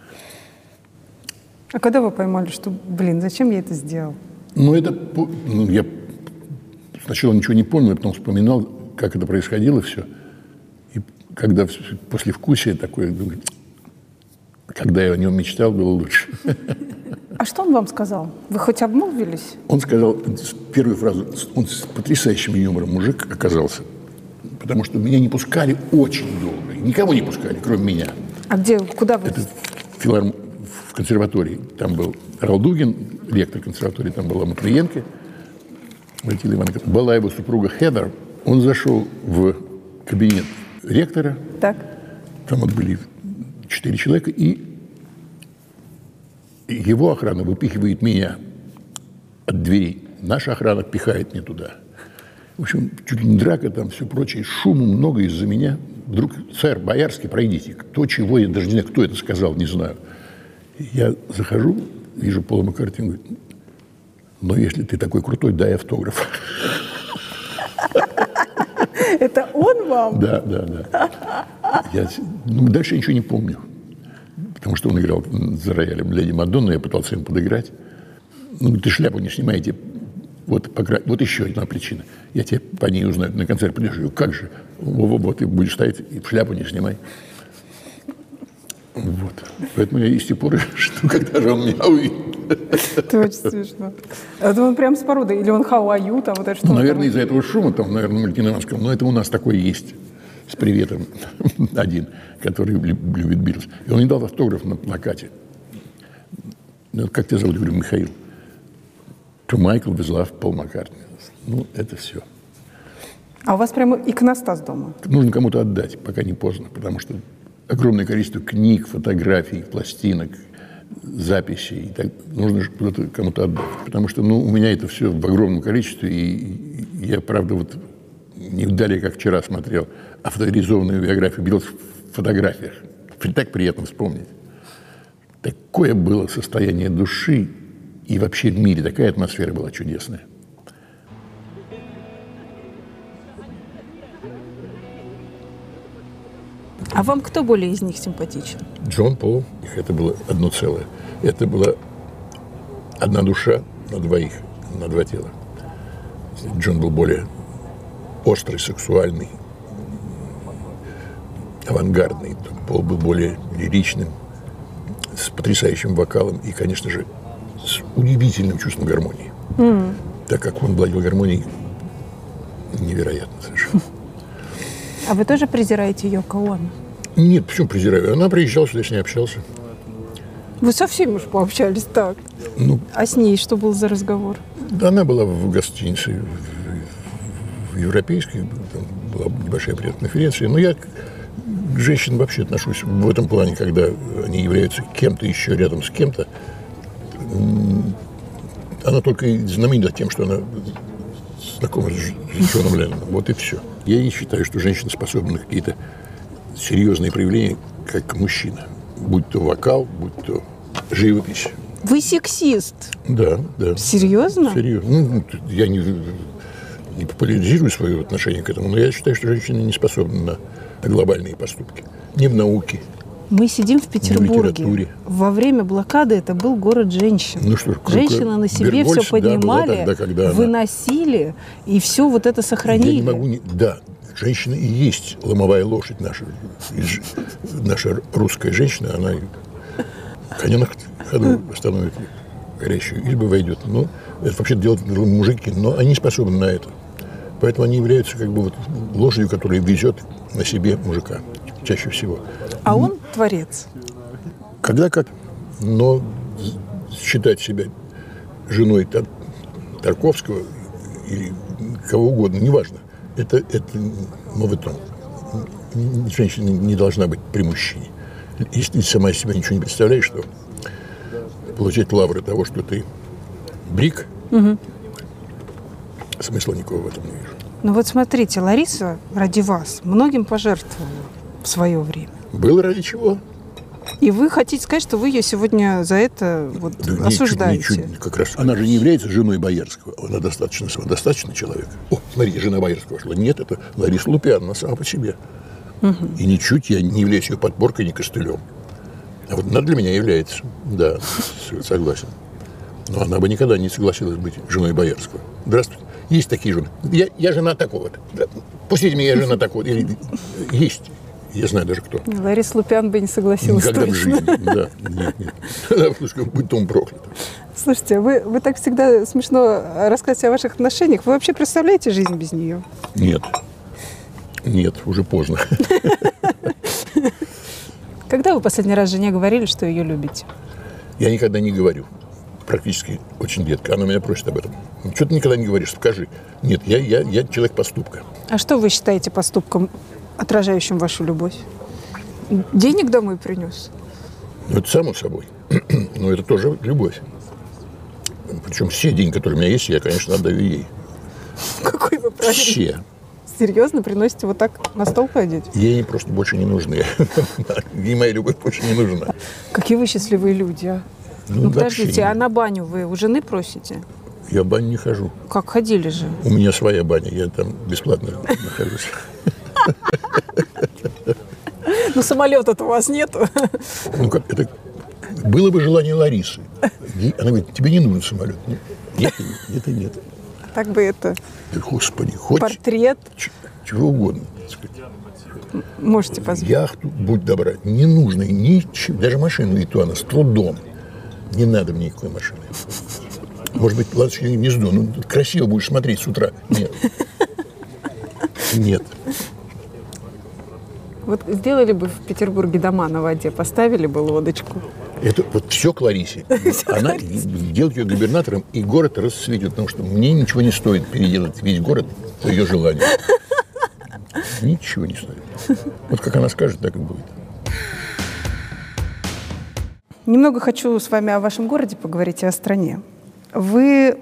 А когда вы поймали, что, зачем я это сделал? Я сначала ничего не понял, а потом вспоминал, как это происходило все. И когда послевкусие такое, когда я о нем мечтал, было лучше. А что он вам сказал? Вы хоть обмолвились? Он сказал первую фразу, он с потрясающим юмором мужик оказался, потому что меня не пускали очень долго. Никого не пускали, кроме меня. А куда вы? Это в консерватории. Там был Ралдугин, ректор консерватории, там была Матвиенко, Валентина Ивановна. Была его супруга Хедер. Он зашел в кабинет ректора. Так. Там вот были 4 человека, и его охрана выпихивает меня от дверей. Наша охрана пихает меня туда. В общем, чуть ли не драка, там все прочее. Шуму много из-за меня. Вдруг, сэр, Боярский, пройдите. Кто чего, я даже не знаю, кто это сказал, не знаю. Я захожу, вижу Пола Маккартни, он говорит, но если ты такой крутой, дай автограф. Это он вам? Да. Дальше я ничего не помню. Потому что он играл за роялем Леди Мадонну, я пытался ему подыграть. Ты шляпу не снимаете. Вот еще одна причина. Я тебя по ней узнаю. На концерт придешь, я говорю, как же? Вот ты будешь стоять и шляпу не снимай. Вот. Поэтому я и с тех пор жду, когда же он меня увидит. Это очень смешно. Это он прям с породой? Или он how are you? Там, вот это что наверное, из-за этого шума, там, наверное, Мальтиновского. Но это у нас такое есть. С приветом один, который любит Битлз. И он мне дал автограф на плакате. Как тебя зовут? Я говорю, Михаил. To Michael with love, Пол Маккартни. Это все. А у вас прямо иконостас дома? Нужно кому-то отдать, пока не поздно, потому что огромное количество книг, фотографий, пластинок, записей. Нужно же кому-то отдать. Потому что у меня это все в огромном количестве, и я, правда, не далее, как вчера смотрел авторизованную биографию Битлз в фотографиях. Так приятно вспомнить. Такое было состояние души, и вообще в мире такая атмосфера была чудесная. А вам кто более из них симпатичен? Джон, Пол. Это было одно целое. Это была одна душа на двоих, на два тела. Джон был более острый, сексуальный, авангардный. Пол был более лиричным, с потрясающим вокалом и, конечно же, с удивительным чувством гармонии. Так как он владел гармонией, невероятно совершенно. А вы тоже презираете Йоко Оно? Нет, почему презираю? Она приезжала сюда, я с ней общался. Вы со всеми уж пообщались так. А с ней что был за разговор? Она была в гостинице в Европейской, там была небольшая пресс-конференция. Но я к женщинам вообще отношусь в этом плане, когда они являются кем-то еще рядом с кем-то. Она только и знаменита тем, что она знакома с Джоном Ленноном. Вот и все. Я не считаю, что женщина способна на какие-то серьезные проявления, как мужчина. Будь то вокал, будь то живопись. Вы сексист? Да. Серьезно? Серьезно. Я не популяризирую свое отношение к этому, но я считаю, что женщины не способны на глобальные поступки. Ни в науке. Мы сидим в Петербурге. Во время блокады это был город женщин. Женщины на себе все поднимали, выносили и все вот это сохранили. Я не могу... Да, женщина и есть ломовая лошадь наша. Наша русская женщина, она коня на ходу остановит горящую избу, войдет. Это вообще делают мужики, но они способны на это. Поэтому они являются лошадью, которая везет на себе мужика чаще всего. А он творец? Когда как. Но считать себя женой Тарковского, или кого угодно, неважно. Это мовитон. Женщина не должна быть при мужчине. Если ты сама из себя ничего не представляешь, то получать лавры того, что ты брик, смысла никакого в этом не вижу. Ну вот смотрите, Лариса ради вас многим пожертвовала в свое время. Было ради чего? И вы хотите сказать, что вы ее сегодня за это вот Да осуждаете? Ничуть, как раз. Она же не является женой Боярского. Она достаточно самодостаточный человек. О, смотрите, жена Боярского шла. Нет, это Лариса Лупян, она сама по себе. И ничуть я не являюсь ее подборкой, ни костылем. А вот она для меня является. Да, согласен. Но она бы никогда не согласилась быть женой Боярского. Здравствуйте. Есть такие жены. Я жена такого-то. Пустите меня, я жена такого-то. Есть. Я знаю даже кто. Лариса Лупян бы не согласилась. Никогда точно. в жизни. Да, нет. Она слишком будь том проклят. Слушайте, вы так всегда смешно рассказываете о ваших отношениях. Вы вообще представляете жизнь без нее? Нет. Нет, уже поздно. Когда вы последний раз жене говорили, что ее любите? Я никогда не говорю. Практически очень редко. Она меня просит об этом. Что ты никогда не говоришь? Скажи. Нет, я человек поступка. А что вы считаете поступком, отражающим вашу любовь? Денег домой принес? Ну, это само собой. Но это тоже любовь. Причем все деньги, которые у меня есть, я, конечно, отдаю ей. Какой вы правильный. Все. Серьезно? Приносите вот так на стол кладете? Ей просто больше не нужны. Ей моя любовь больше не нужна. Какие вы счастливые люди, а? Ну, подождите, а на баню вы у жены просите? Я в баню не хожу. Как ходили же? У меня своя баня, я там бесплатно нахожусь. Ну, самолета-то у вас нету. Ну, как это... Было бы желание Ларисы. Она говорит, тебе не нужен самолет. Нет, это нет. Так бы это... Господи, хоть... Портрет. Чего угодно. Можете позволить. Яхту, будь добра, не нужно ничего. Даже машину, и то она с трудом. Не надо мне никакой машины. Может быть, ласточкиное гнездо. Ну, красиво будешь смотреть с утра. Нет. Нет. Вот сделали бы в Петербурге дома на воде, поставили бы лодочку. Это вот все к Ларисе. Она делает ее губернатором, и город расцветет, потому что мне ничего не стоит переделать весь город по ее желанию. Ничего не стоит. Вот как она скажет, так и будет. Немного хочу с вами о вашем городе поговорить и о стране. Вы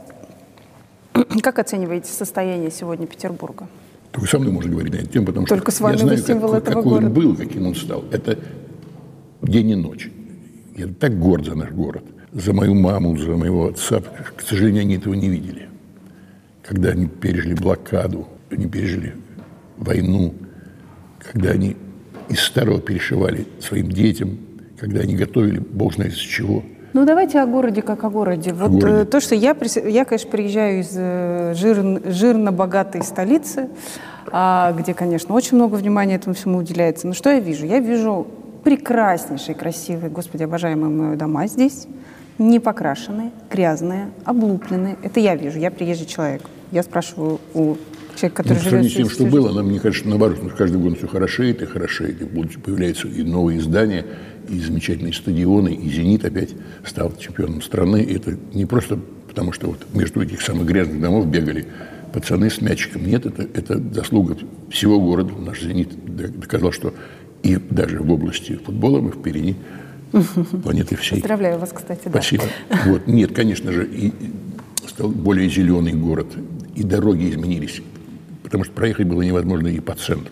как оцениваете состояние сегодня Петербурга? Только со мной можно говорить на эту тему, потому Только что с вами я знаю, вы символ этого какой города. он был, каким он стал. Это день и ночь. Я так горд за наш город, за мою маму, за моего отца. К сожалению, они этого не видели. Когда они пережили блокаду, они пережили войну, когда они из старого перешивали своим детям, когда они готовили бог знает из чего. Ну, давайте о городе как о городе. Вот городе. То, что я, конечно, приезжаю из жирно-богатой столицы, где, конечно, очень много внимания этому всему уделяется. Но что я вижу? Я вижу прекраснейшие, красивые, господи, обожаемые мною дома здесь, не покрашенные, грязные, облупленные. Это я вижу, я приезжий человек. Я спрашиваю у человека, который По живет сравнению с тем, здесь. что было, нам, мне кажется, наоборот, каждый год все хорошеет и хорошеет. И появляются и новые здания, и замечательные стадионы, и «Зенит» опять стал чемпионом страны. И это не просто потому, что вот между этих самых грязных домов бегали пацаны с мячиком. Нет, это заслуга всего города. Наш «Зенит» доказал, что и даже в области футбола мы впереди планеты всей. Поздравляю вас, кстати. Спасибо. Да. Вот. Нет, конечно же, и стал более зеленый город, и дороги изменились, потому что проехать было невозможно и по центру.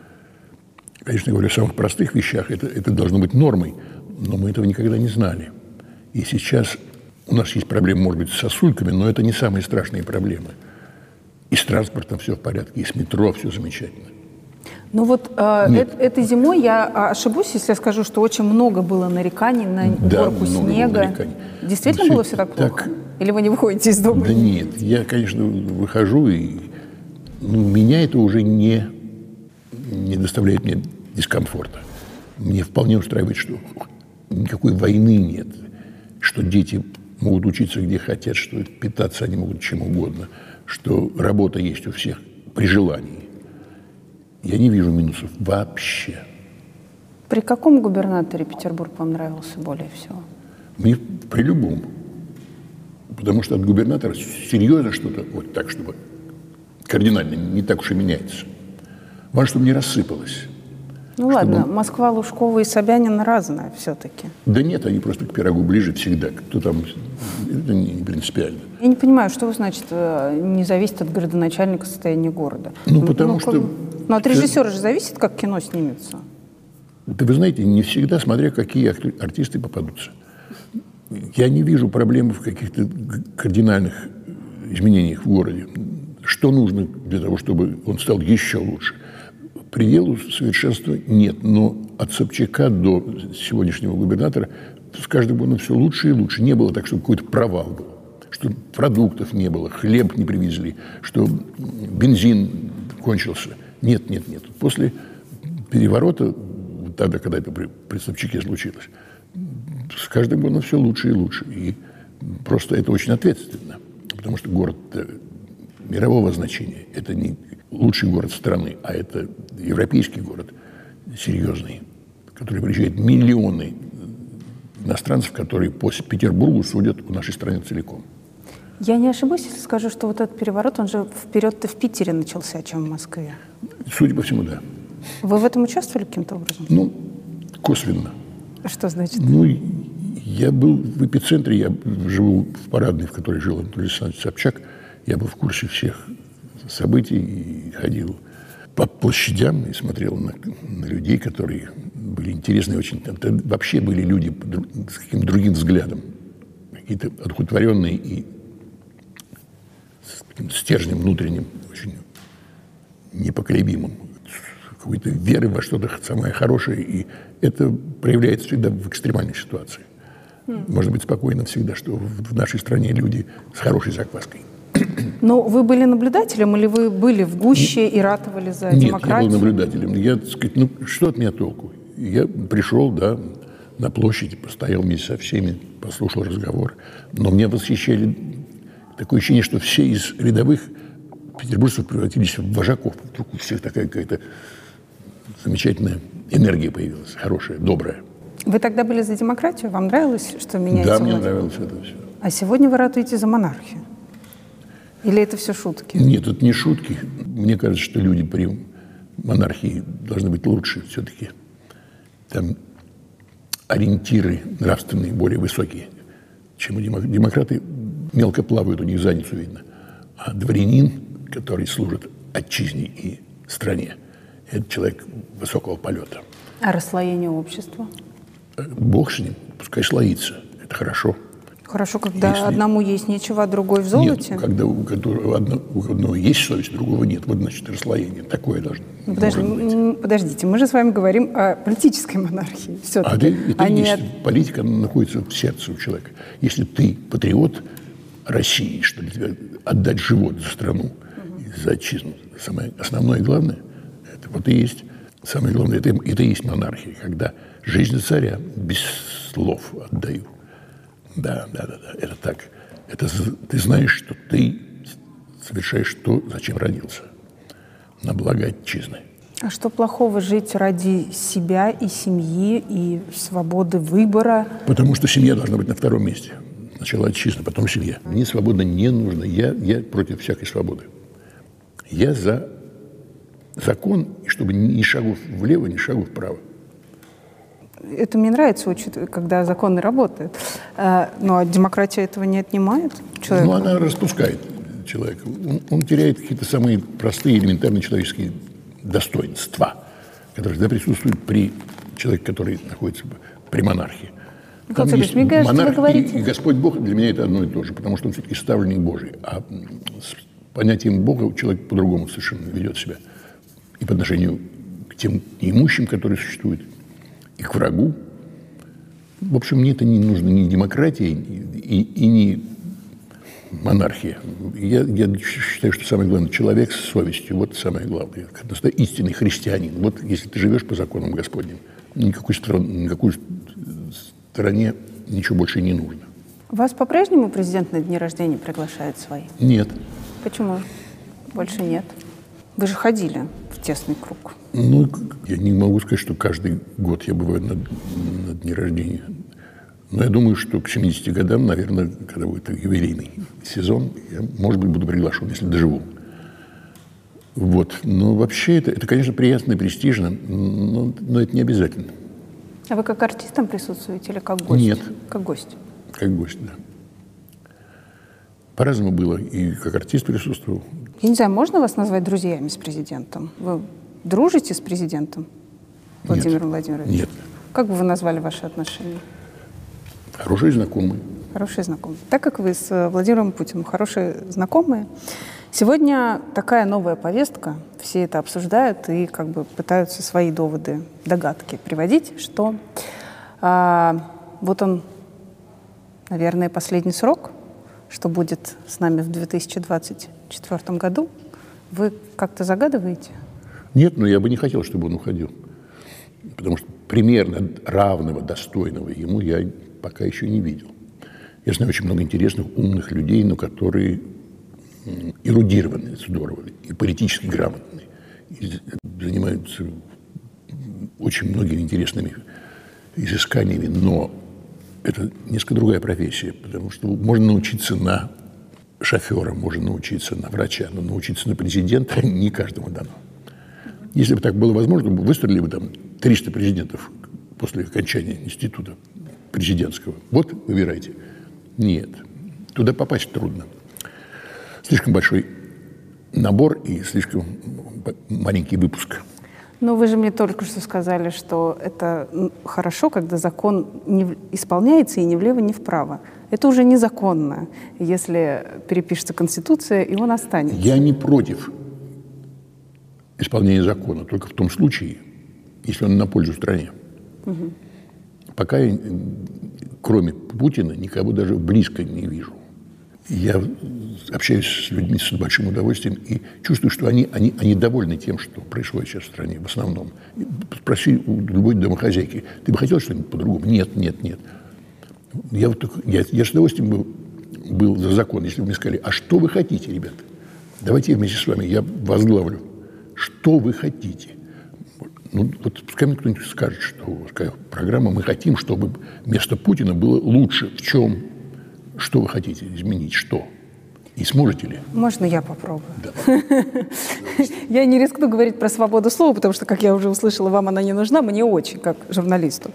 Конечно, я говорю о самых простых вещах, это должно быть нормой, но мы этого никогда не знали. И сейчас у нас есть проблемы, может быть, с сосульками, но это не самые страшные проблемы. И с транспортом все в порядке, и с метро все замечательно. Ну вот этой зимой я ошибусь, если я скажу, что очень много было нареканий на горку снега. Действительно было все так плохо? Или вы не выходите из дома? Да нет, я, конечно, выхожу, и меня это уже не доставляет мне дискомфорта. Мне вполне устраивает, что никакой войны нет, что дети могут учиться где хотят, что питаться они могут чем угодно, что работа есть у всех при желании. Я не вижу минусов вообще. При каком губернаторе Петербург вам нравился более всего? Мне при любом. Потому что от губернатора серьезно что-то, вот так, чтобы кардинально, не так уж и меняется. Важно, чтобы не рассыпалось. Ну ладно, Москва, Лужкова и Собянин разная все-таки. Да нет, они просто к пирогу ближе всегда. Кто там, это не принципиально. Я не понимаю, что значит не зависит от градоначальника состояния города. Потому что... Ну, от режиссера же зависит, как кино снимется. Да вы знаете, не всегда, смотря какие артисты попадутся. Я не вижу проблемы в каких-то кардинальных изменениях в городе. Что нужно для того, чтобы он стал еще лучше? Пределу совершенства нет, но от Собчака до сегодняшнего губернатора с каждым годом все лучше и лучше. Не было так, чтобы какой-то провал был, что продуктов не было, хлеб не привезли, что бензин кончился. Нет. После переворота, тогда, когда это при Собчаке случилось, с каждым годом все лучше и лучше. И просто это очень ответственно, потому что город мирового значения. Это не лучший город страны, а это европейский город, серьезный, который приезжает миллионы иностранцев, которые по Петербургу судят в нашей стране целиком. Я не ошибусь, если скажу, что вот этот переворот, он же вперед-то в Питере начался, чем в Москве. Судя по всему, да. Вы в этом участвовали каким-то образом? Ну, косвенно. Что значит? Ну, я был в эпицентре, я живу в Парадной, в которой жил Анатолий Александрович Собчак. Я был в курсе всех событий и ходил по площадям и смотрел на людей, которые были интересны очень. Там вообще были люди с каким-то другим взглядом, какие-то одухотворенные и с каким-то стержнем внутренним, очень непоколебимым, с какой-то верой во что-то самое хорошее. И это проявляется всегда в экстремальной ситуации. Можно быть спокойным всегда, что в нашей стране люди с хорошей закваской. Но вы были наблюдателем или вы были в гуще и ратовали за демократию? Нет, я был наблюдателем. Я, так сказать, что от меня толку? Я пришел, да, на площадь, постоял вместе со всеми, послушал разговор. Но меня восхищали такое ощущение, что все из рядовых петербуржцев превратились в вожаков. Вдруг у всех такая какая-то замечательная энергия появилась, хорошая, добрая. Вы тогда были за демократию? Вам нравилось, что меняется Да, мне власть? нравилось это все. А сегодня вы ратуете за монархию? Или это все шутки? Нет, это не шутки. Мне кажется, что люди при монархии должны быть лучше все-таки. Там ориентиры нравственные более высокие, чем у демократы. Мелко плавают, у них задницу видно. А дворянин, который служит отчизне и стране, это человек высокого полета. А расслоение общества? Бог с ним, пускай слоится. Это хорошо. Хорошо, когда одному есть нечего, а другой в золоте? Нет, когда у одного есть совесть, у другого нет. Вот, значит, расслоение. Такое должно быть. Подождите, мы же с вами говорим о политической монархии. Политика находится в сердце у человека. Если ты патриот России, что для тебя отдать живот за страну, за отчизну, самое основное и главное, это вот и есть самое главное, это и есть монархия, когда жизнь царя без слов отдаю. Да, это так. Это ты знаешь, что ты совершаешь то, зачем родился. На благо отчизны. А что плохого жить ради себя и семьи, и свободы выбора? Потому что семья должна быть на втором месте. Сначала отчизна, потом семья. Мне свобода не нужна. Я против всякой свободы. Я за закон, и чтобы ни шагу влево, ни шагу вправо. Это мне нравится, когда законы работают. Но демократия этого не отнимает человека? Ну, она распускает человека. Он теряет какие-то самые простые, элементарные человеческие достоинства, которые всегда присутствуют при человеке, который находится при монархии. Там есть монарх и Господь Бог для меня это одно и то же, потому что он все-таки ставленник Божий. А с понятием Бога человек по-другому совершенно ведет себя. И по отношению к тем неимущим, которые существуют, и к врагу. В общем, мне это не нужно ни демократия, и не монархия. Я считаю, что самое главное – человек с совестью. Вот самое главное. Истинный христианин. Вот если ты живешь по законам Господним, никакой стране ничего больше не нужно. Вас по-прежнему президент на дни рождения приглашает свои? Нет. Почему? Больше нет. Вы же ходили в тесный круг. Ну, я не могу сказать, что каждый год я бываю на дне рождения Но я думаю, что к 70 годам, наверное, когда будет юбилейный сезон, я, может быть, буду приглашен, если доживу. Вот. Но вообще это, конечно, приятно и престижно, но это не обязательно. А вы как артист там присутствуете или как гость? Нет. Как гость? Как гость, да. По-разному было. И как артист присутствовал. Я не знаю, можно вас назвать друзьями с президентом? Вы дружите с президентом Владимиром Владимировичем? Нет. Как бы вы назвали ваши отношения? Хорошие знакомые. Хорошие знакомые. Так как вы с Владимиром Путиным хорошие знакомые, сегодня такая новая повестка, все это обсуждают и как бы пытаются свои доводы, догадки приводить, что вот он, наверное, последний срок, что будет с нами в 2024 году. Вы как-то загадываете? Нет, но я бы не хотел, чтобы он уходил. Потому что примерно равного, достойного ему я пока еще не видел. Я знаю очень много интересных, умных людей, но которые эрудированы здорово, и политически грамотны, и занимаются очень многими интересными изысканиями, но это несколько другая профессия, потому что можно научиться на шофера, можно научиться на врача, но научиться на президента не каждому дано. Если бы так было возможно, выстроили бы там 300 президентов после окончания института президентского. Вот, выбирайте. Нет. Туда попасть трудно. Слишком большой набор и слишком маленький выпуск. Но вы же мне только что сказали, что это хорошо, когда закон не исполняется и ни влево, ни вправо. Это уже незаконно, если перепишется Конституция, и он останется. Я не против исполнения закона, только в том случае, если он на пользу стране. Угу. Пока я, кроме Путина, никого даже близко не вижу. Я общаюсь с людьми с большим удовольствием и чувствую, что они довольны тем, что происходит сейчас в стране, в основном. Спроси у любой домохозяйки, ты бы хотел что-нибудь по-другому? Нет, нет, нет. Я с удовольствием был за закон, если бы мне сказали, а что вы хотите, ребята? Давайте я вместе с вами, я возглавлю. Что вы хотите? Ну, вот пускай мне кто-нибудь скажет, что какая программа, мы хотим, чтобы вместо Путина было лучше. В чем? Что вы хотите изменить? Что? И сможете ли? Можно я попробую? Да. Я не рискну говорить про свободу слова, потому что, как я уже услышала, вам она не нужна, мне очень, как журналисту.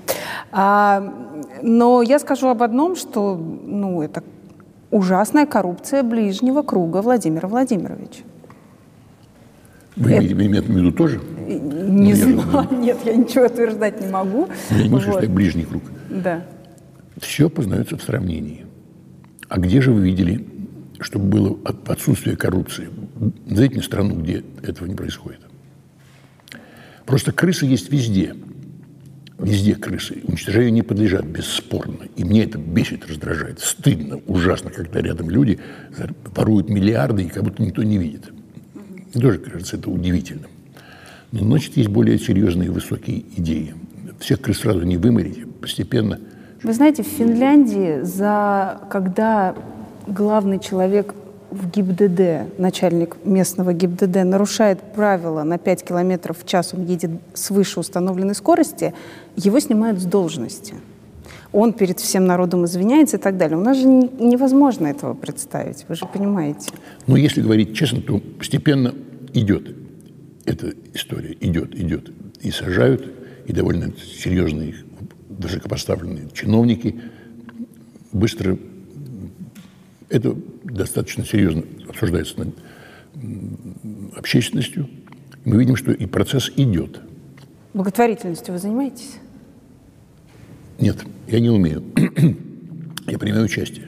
Но я скажу об одном, что это ужасная коррупция ближнего круга Владимира Владимировича. Вы имеете в виду тоже? Не знаю, нет, я ничего утверждать не могу. Я не мыслю, что это ближний круг. Да. Все познается в сравнении. А где же вы видели, чтобы было отсутствие коррупции? Назовите мне страну, где этого не происходит. Просто крысы есть везде. Везде крысы. Уничтожению не подлежат, бесспорно. И мне это бесит, раздражает. Стыдно, ужасно, когда рядом люди воруют миллиарды, и как будто никто не видит. Мне тоже кажется это удивительным. Но, значит, есть более серьезные высокие идеи. Всех крыс сразу не выморить, постепенно. Вы знаете, в Финляндии, когда главный человек в ГИБДД, начальник местного ГИБДД, нарушает правила на 5 километров в час, он едет свыше установленной скорости, его снимают с должности. Он перед всем народом извиняется и так далее. У нас же невозможно этого представить, вы же понимаете. Но если говорить честно, то постепенно идет эта история, идет. И сажают, и довольно серьезные, высокопоставленные чиновники быстро. Это достаточно серьезно обсуждается над общественностью. Мы видим, что и процесс идет. Благотворительностью вы занимаетесь? Нет, я не умею. Я принимаю участие.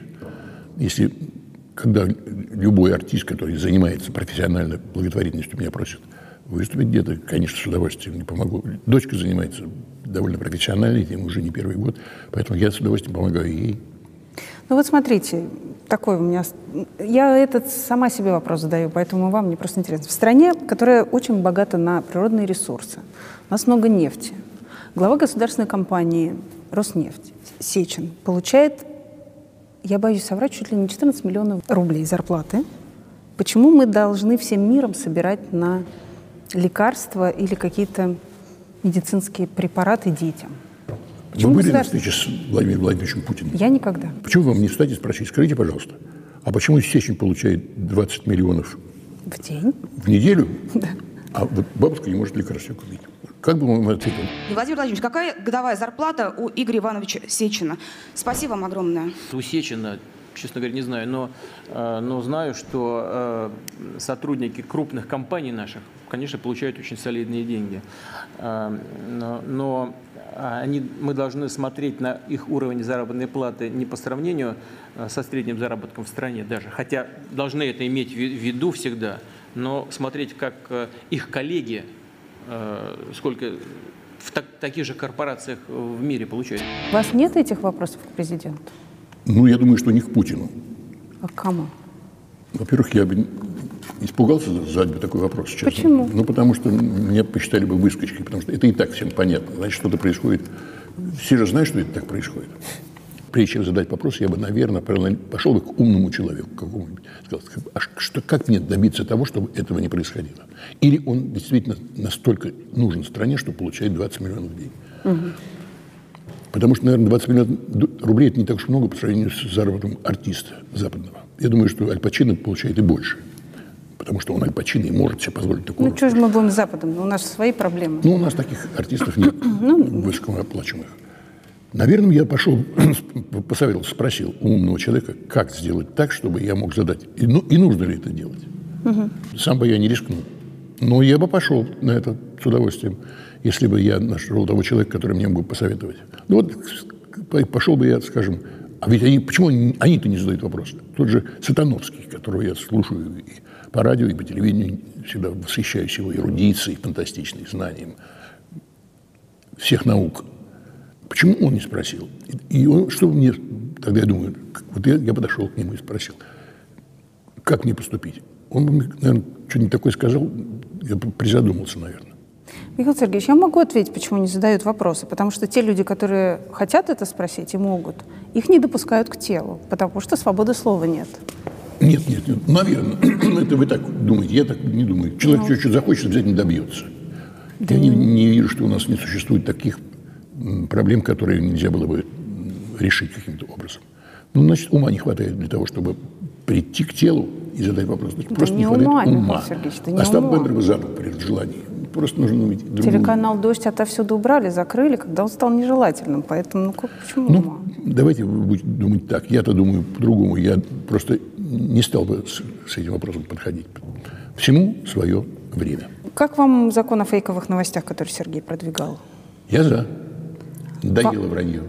Когда любой артист, который занимается профессионально благотворительностью, меня просит выступить где-то, конечно, с удовольствием не помогу. Дочка занимается довольно профессионально, ему уже не первый год, поэтому я с удовольствием помогаю ей. Ну вот смотрите, такой у меня... Я сама себе вопрос задаю, поэтому вам мне просто интересно. В стране, которая очень богата на природные ресурсы, у нас много нефти. Глава государственной компании «Роснефть» Сечин получает, я боюсь соврать, чуть ли не 14 миллионов рублей зарплаты. Почему мы должны всем миром собирать на лекарства или какие-то медицинские препараты детям? Вы были на встрече с Владимиром Владимировичем Путиным? Я никогда. Почему вам не встать и спросить? Скажите, пожалуйста, а почему Сечин получает 20 миллионов В день? в неделю, Да. а вот бабушка не может лекарства купить? Как бы он ответил? Владимир Владимирович, какая годовая зарплата у Игоря Ивановича Сечина? Спасибо вам огромное. У Сечина, честно говоря, не знаю, но знаю, что сотрудники крупных компаний наших, конечно, получают очень солидные деньги. Но мы должны смотреть на их уровень заработной платы не по сравнению со средним заработком в стране даже, хотя должны это иметь в виду всегда, но смотреть, как их коллеги, сколько в таких же корпорациях в мире получают. У вас нет этих вопросов к президенту? Ну, я думаю, что не к Путину. А к кому? Во-первых, я бы испугался задать бы такой вопрос, честно. Почему? Ну, потому что меня посчитали бы выскочкой, потому что это и так всем понятно. Значит, что-то происходит. Все же знают, что это так происходит. Прежде чем задать вопрос, я бы, наверное, пошел бы к умному человеку, какому-нибудь, сказал, как мне добиться того, чтобы этого не происходило? Или он действительно настолько нужен стране, что получает 20 миллионов в день? Угу. Потому что, наверное, 20 миллионов рублей – это не так уж много по сравнению с заработком артиста западного. Я думаю, что Аль Пачино получает и больше. Потому что он Аль Пачино и может себе позволить такого. Ну, что же мы будем с Западом? У нас свои проблемы. Ну, у нас таких артистов нет, высокооплачиваемых. Наверное, я пошел, посоветовал, спросил у умного человека, как сделать так, чтобы я мог задать. И нужно ли это делать? Угу. Сам бы я не рискнул. Но я бы пошел на это с удовольствием, если бы я нашел того человека, который мне мог бы посоветовать. Ну вот пошел бы я, скажем, а ведь почему они-то не задают вопрос? Тот же Сатановский, которого я слушаю и по радио, и по телевидению, всегда восхищаюсь его эрудицией, фантастичной, знанием всех наук. Почему он не спросил? И он, что мне, тогда я думаю, вот я подошел к нему и спросил, как мне поступить? Он бы, наверное, что-нибудь такое сказал, я призадумался, наверное. Михаил Сергеевич, я могу ответить, почему не задают вопросы. Потому что те люди, которые хотят это спросить и могут, их не допускают к телу, потому что свободы слова нет. Нет, наверное. Это вы так думаете, я так не думаю. Человек что захочет, обязательно добьется. Да. Я не вижу, что у нас не существует таких проблем, которые нельзя было бы решить каким-то образом. Ну, значит, ума не хватает для того, чтобы прийти к телу и задать вопрос. Значит, просто не хватает ума. Остап Бендер бы забыл при желании. Просто нужно уметь другую. Телеканал «Дождь» отовсюду убрали, закрыли, когда он стал нежелательным. Поэтому, почему ума? Давайте вы будете думать так. Я-то думаю по-другому. Я просто не стал бы с этим вопросом подходить. Всему свое время. Как вам закон о фейковых новостях, который Сергей продвигал? Я за. Доело вранье.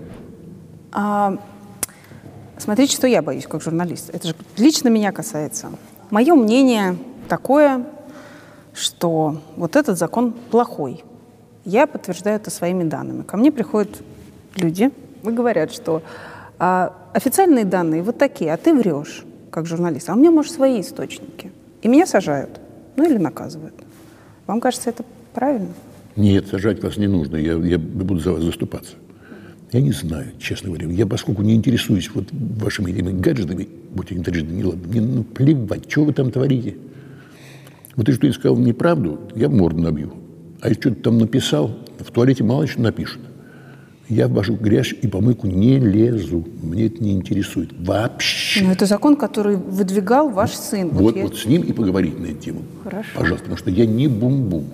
Смотрите, что я боюсь как журналист. Это же лично меня касается. Мое мнение такое, что вот этот закон плохой. Я подтверждаю это своими данными. Ко мне приходят люди и говорят, что официальные данные вот такие, а ты врешь как журналист. А у меня, может, свои источники. И меня сажают, ну или наказывают. Вам кажется, это правильно? Нет, сажать вас не нужно. Я буду за вас заступаться. Я не знаю, честно говоря. Я, поскольку не интересуюсь вот вашими этими гаджетами, будь они гаджеты, не ладно, мне плевать, что вы там творите. Вот ты что я сказал неправду, я морду набью. А если что-то там написал, в туалете мало что напишут. Я в вашу грязь и помойку не лезу. Мне это не интересует. Вообще. Но это закон, который выдвигал ваш сын. Вот с ним и поговорить на эту тему. Хорошо. Пожалуйста, потому что я не бум-бум.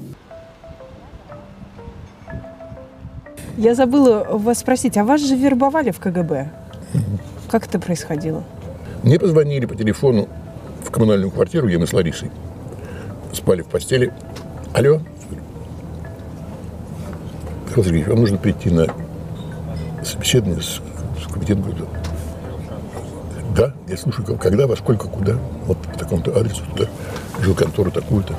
Я забыла вас спросить, а вас же вербовали в КГБ? Как это происходило? Мне позвонили по телефону в коммунальную квартиру, где мы с Ларисой спали в постели. Алло? Михаил Сергеевич, вам нужно прийти на собеседование с комитетом. Да, я слушаю, когда, во сколько, куда. Вот по такому-то адресу, туда, жилконтору такую-то.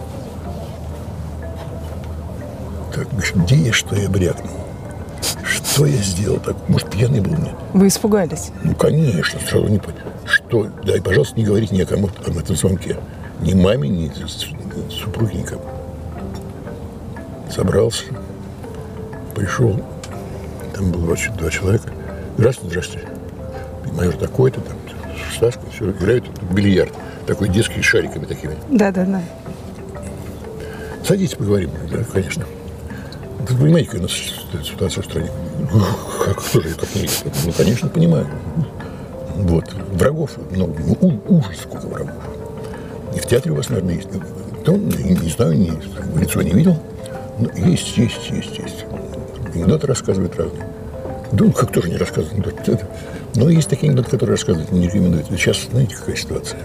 Так, где я, что я брякнул? Что я сделал так? Может, пьяный был мне? Вы испугались? Ну, конечно, сразу не понял. Что? Да, и, пожалуйста, не говорите никому об этом звонке. Ни маме, ни супруге, никому. Собрался, пришел, там было два человека. Здравствуйте. Майор такой-то, там, Сашка, все, играют в бильярд. Такой детский, с шариками такими. Да. Садитесь, поговорим. Да, конечно. Вы понимаете, какая у нас ситуация в стране? Кто же это понимает? Ну, конечно, понимаю. Вот. Врагов много. Ужас, сколько врагов. И в театре у вас, наверное, есть. Да, не знаю, лицо не видел. Но есть. Анекдоты рассказывают разные. Да, как тоже не рассказывают. Но есть такие анекдоты, которые рассказывать не рекомендуют. Сейчас, знаете, какая ситуация?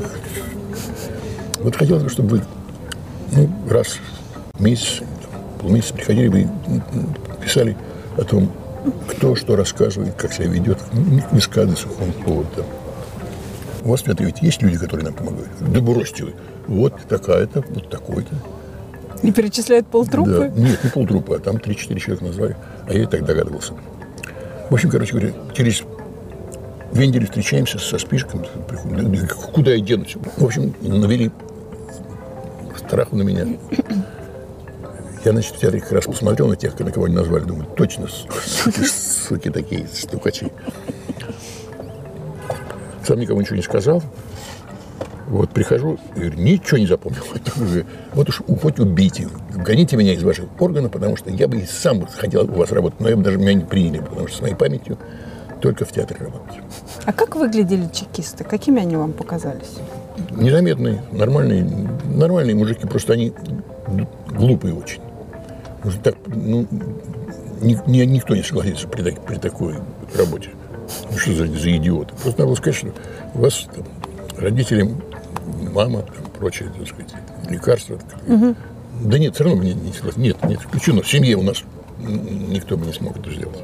Вот хотелось бы, чтобы вы раз в месяц, полмесяца приходили бы и писали о том, кто что рассказывает, как себя ведет, высказывает сухом поводу. У вас в театре ведь есть люди, которые нам помогают? Да бросьте вы. Вот такая-то, вот такой-то. И перечисляют полтруппы? Да. Нет, не полтруппы, а там 3-4 человека назвали. А я и так догадывался. В общем, короче говоря, через 2 недели встречаемся со списком. Куда я денусь? В общем, навели страху на меня. Я, значит, в театре как раз посмотрел на тех, на кого они назвали. Думаю, точно, суки такие, стукачи. Сам никому ничего не сказал. Вот, прихожу, и говорю, ничего не запомнил. Вот уж хоть убейте, гоните меня из ваших органов, потому что я бы и сам хотел у вас работать, но я бы даже меня не приняли, потому что с моей памятью только в театре работать. А как выглядели чекисты? Какими они вам показались? Незаметные, нормальные мужики, просто они глупые очень. Так, никто не согласится при такой работе. Ну, что за идиоты? Просто надо было сказать, что у вас там, родители, мама, там, прочее, так сказать, лекарства. Угу. Да нет, все равно мне не согласен. Нет, исключено. В семье у нас никто бы не смог это сделать.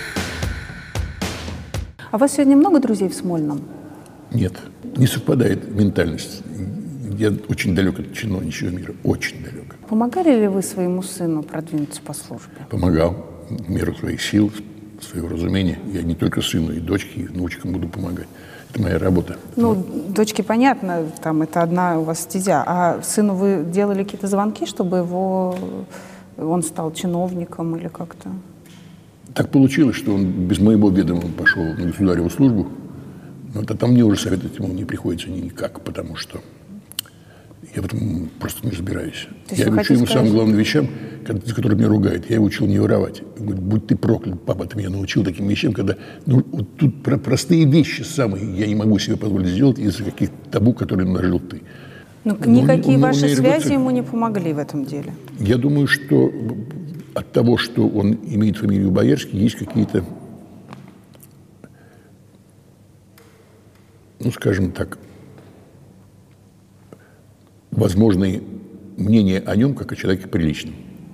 А у вас сегодня много друзей в Смольном? Нет, не совпадает ментальность. Я очень далек от чиновничьего мира, очень далек. Помогали ли вы своему сыну продвинуться по службе? Помогал в меру своих сил, своего разумения. Я не только сыну, и дочке, и внучкам буду помогать. Это моя работа. Ну, дочке понятно, там это одна у вас стезя. А сыну вы делали какие-то звонки, чтобы он стал чиновником или как-то? Так получилось, что он без моего ведома пошел на государеву службу. Но там мне уже советовать ему не приходится никак, потому что я в этом просто не разбираюсь. Я учу ему самым главным вещам, за которые меня ругают. Я его учил не воровать. Говорит, будь ты проклят, папа, ты меня научил таким вещам, когда вот тут простые вещи самые я не могу себе позволить сделать из-за каких-то табу, которые нажил ты. Никакие ваши связи ему не помогли в этом деле? Я думаю, что от того, что он имеет фамилию Боярский, есть какие-то, ну, скажем так, возможные мнения о нем как о человеке приличном.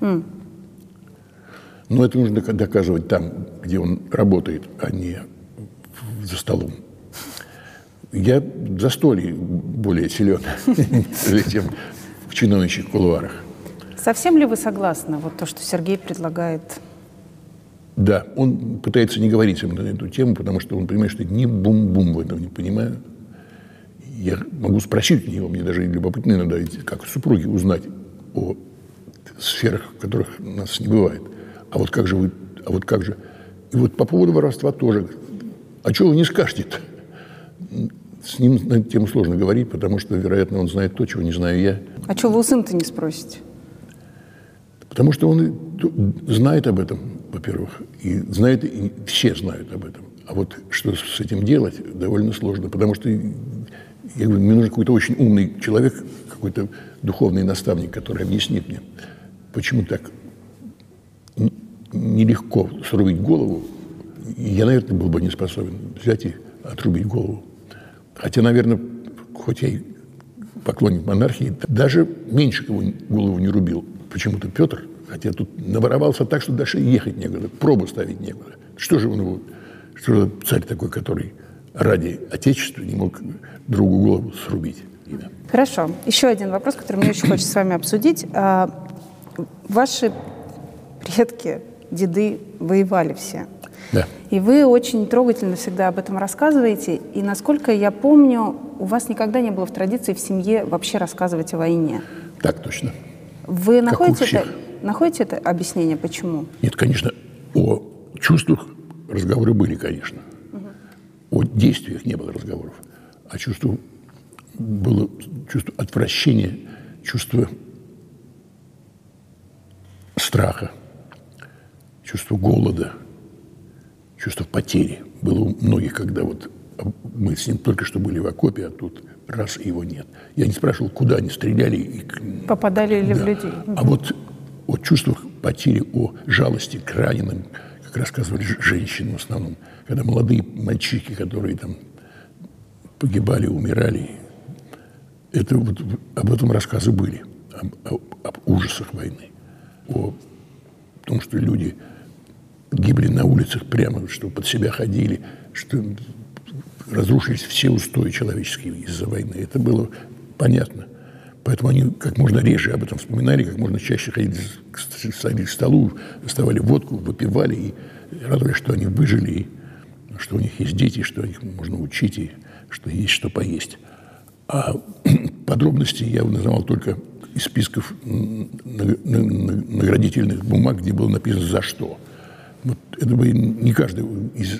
Но это нужно доказывать там, где он работает, а не за столом. Я в застолье более силен, чем в чиновничьих кулуарах. Совсем ли вы согласны, вот то, что Сергей предлагает? Да, он пытается не говорить со мной на эту тему, потому что он понимает, что я ни бум-бум в этом не понимаю. Я могу спросить у него, мне даже любопытно иногда, как супруги, узнать о сферах, в которых нас не бывает. А вот как же вы, а вот как же... И вот по поводу воровства тоже. А что вы не скажете-то? С ним на эту тему сложно говорить, потому что, вероятно, он знает то, чего не знаю я. А что вы у сына-то не спросите? Потому что он знает об этом, во-первых, и знает, и все знают об этом. А вот что с этим делать, довольно сложно, потому что, я говорю, мне нужен какой-то очень умный человек, какой-то духовный наставник, который объяснит мне, почему так нелегко срубить голову. Я, наверное, был бы не способен взять и отрубить голову. Хотя, наверное, хоть я и поклонник монархии, даже меньше кого голову не рубил. Почему-то Петр, хотя тут наворовался так, что даже ехать некуда, пробу ставить некуда. Что же он, что за царь такой, который ради Отечества не мог другу голову срубить? Хорошо. Еще один вопрос, который мне очень хочется с вами обсудить. Ваши предки, деды воевали все. Да. И вы очень трогательно всегда об этом рассказываете. И, насколько я помню, у вас никогда не было в традиции в семье вообще рассказывать о войне. Так точно. Вы находите это объяснение, почему? Нет, конечно, о чувствах разговоры были, конечно. Угу. О действиях не было разговоров. А чувство было чувство отвращения, чувство страха чувство голода, чувство потери было у многих, когда вот мы с ним только что были в окопе, а тут раз его нет. Я не спрашивал, куда они стреляли. Попадали ли в людей. А вот о чувствах потери, о жалости к раненым, как рассказывали женщины в основном, когда молодые мальчики, которые там погибали, умирали, это вот об этом рассказы были, об ужасах войны, о том, что люди гибли на улицах прямо, что под себя ходили, что разрушились все устои человеческие из-за войны. Это было понятно. Поэтому они как можно реже об этом вспоминали, как можно чаще садились к столу, доставали водку, выпивали и радовались, что они выжили, и что у них есть дети, что их можно учить, и что есть что поесть. А подробности я называл только из списков наградительных бумаг, где было написано «за что». Вот это бы не каждый из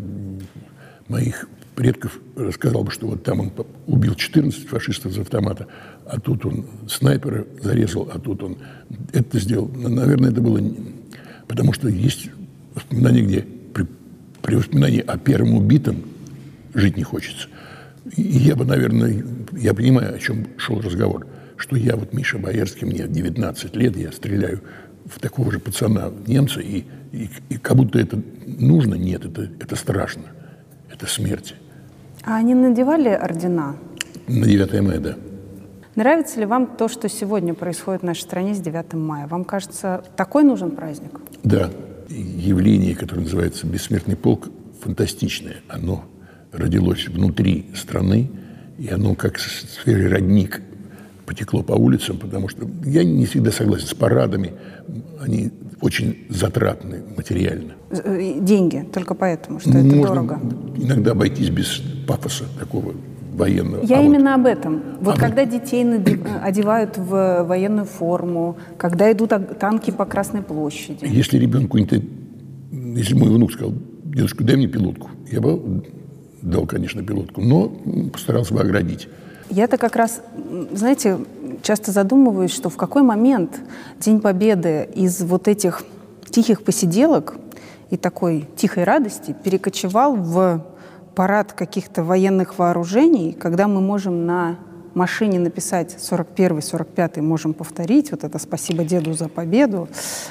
моих предков рассказал бы, что вот там он убил 14 фашистов из автомата, а тут он снайпера зарезал, а тут он это сделал. Наверное, это было... Потому что есть воспоминания, где при воспоминании о первом убитом жить не хочется. И я бы, наверное, я понимаю, о чем шел разговор, что я вот Миша Боярский, мне 19 лет, я стреляю в такого же пацана, немца, и как будто это нужно, нет, это страшно, это смерть. А они надевали ордена? На 9 мая, да. Нравится ли вам то, что сегодня происходит в нашей стране с 9 мая? Вам кажется, такой нужен праздник? Да. Явление, которое называется «Бессмертный полк», фантастичное. Оно родилось внутри страны, и оно как свежий родник потекло по улицам, потому что я не всегда согласен с парадами. Они очень затратны материально. Деньги, только поэтому, что это дорого. Иногда обойтись без пафоса такого военного. Я именно об этом. Вот когда детей одевают в военную форму, когда идут танки по Красной площади. Если ребенку, если мой внук сказал: дедушка, дай мне пилотку, я бы дал, конечно, пилотку, но постарался бы оградить. Я-то как раз, знаете, часто задумываюсь, что в какой момент День Победы из вот этих тихих посиделок и такой тихой радости перекочевал в парад каких-то военных вооружений, когда мы можем на машине написать 41-й, 45-й, можем повторить, вот это «Спасибо деду за победу».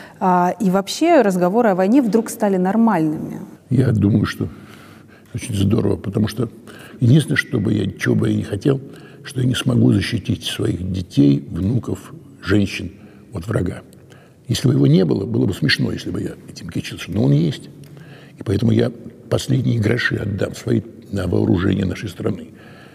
И вообще разговоры о войне вдруг стали нормальными. Я думаю, что очень здорово, потому что единственное, чего бы я не хотел, что я не смогу защитить своих детей, внуков, женщин от врага. Если бы его не было, было бы смешно, если бы я этим кичился, но он есть. И поэтому я последние гроши отдам свои на вооружение нашей страны.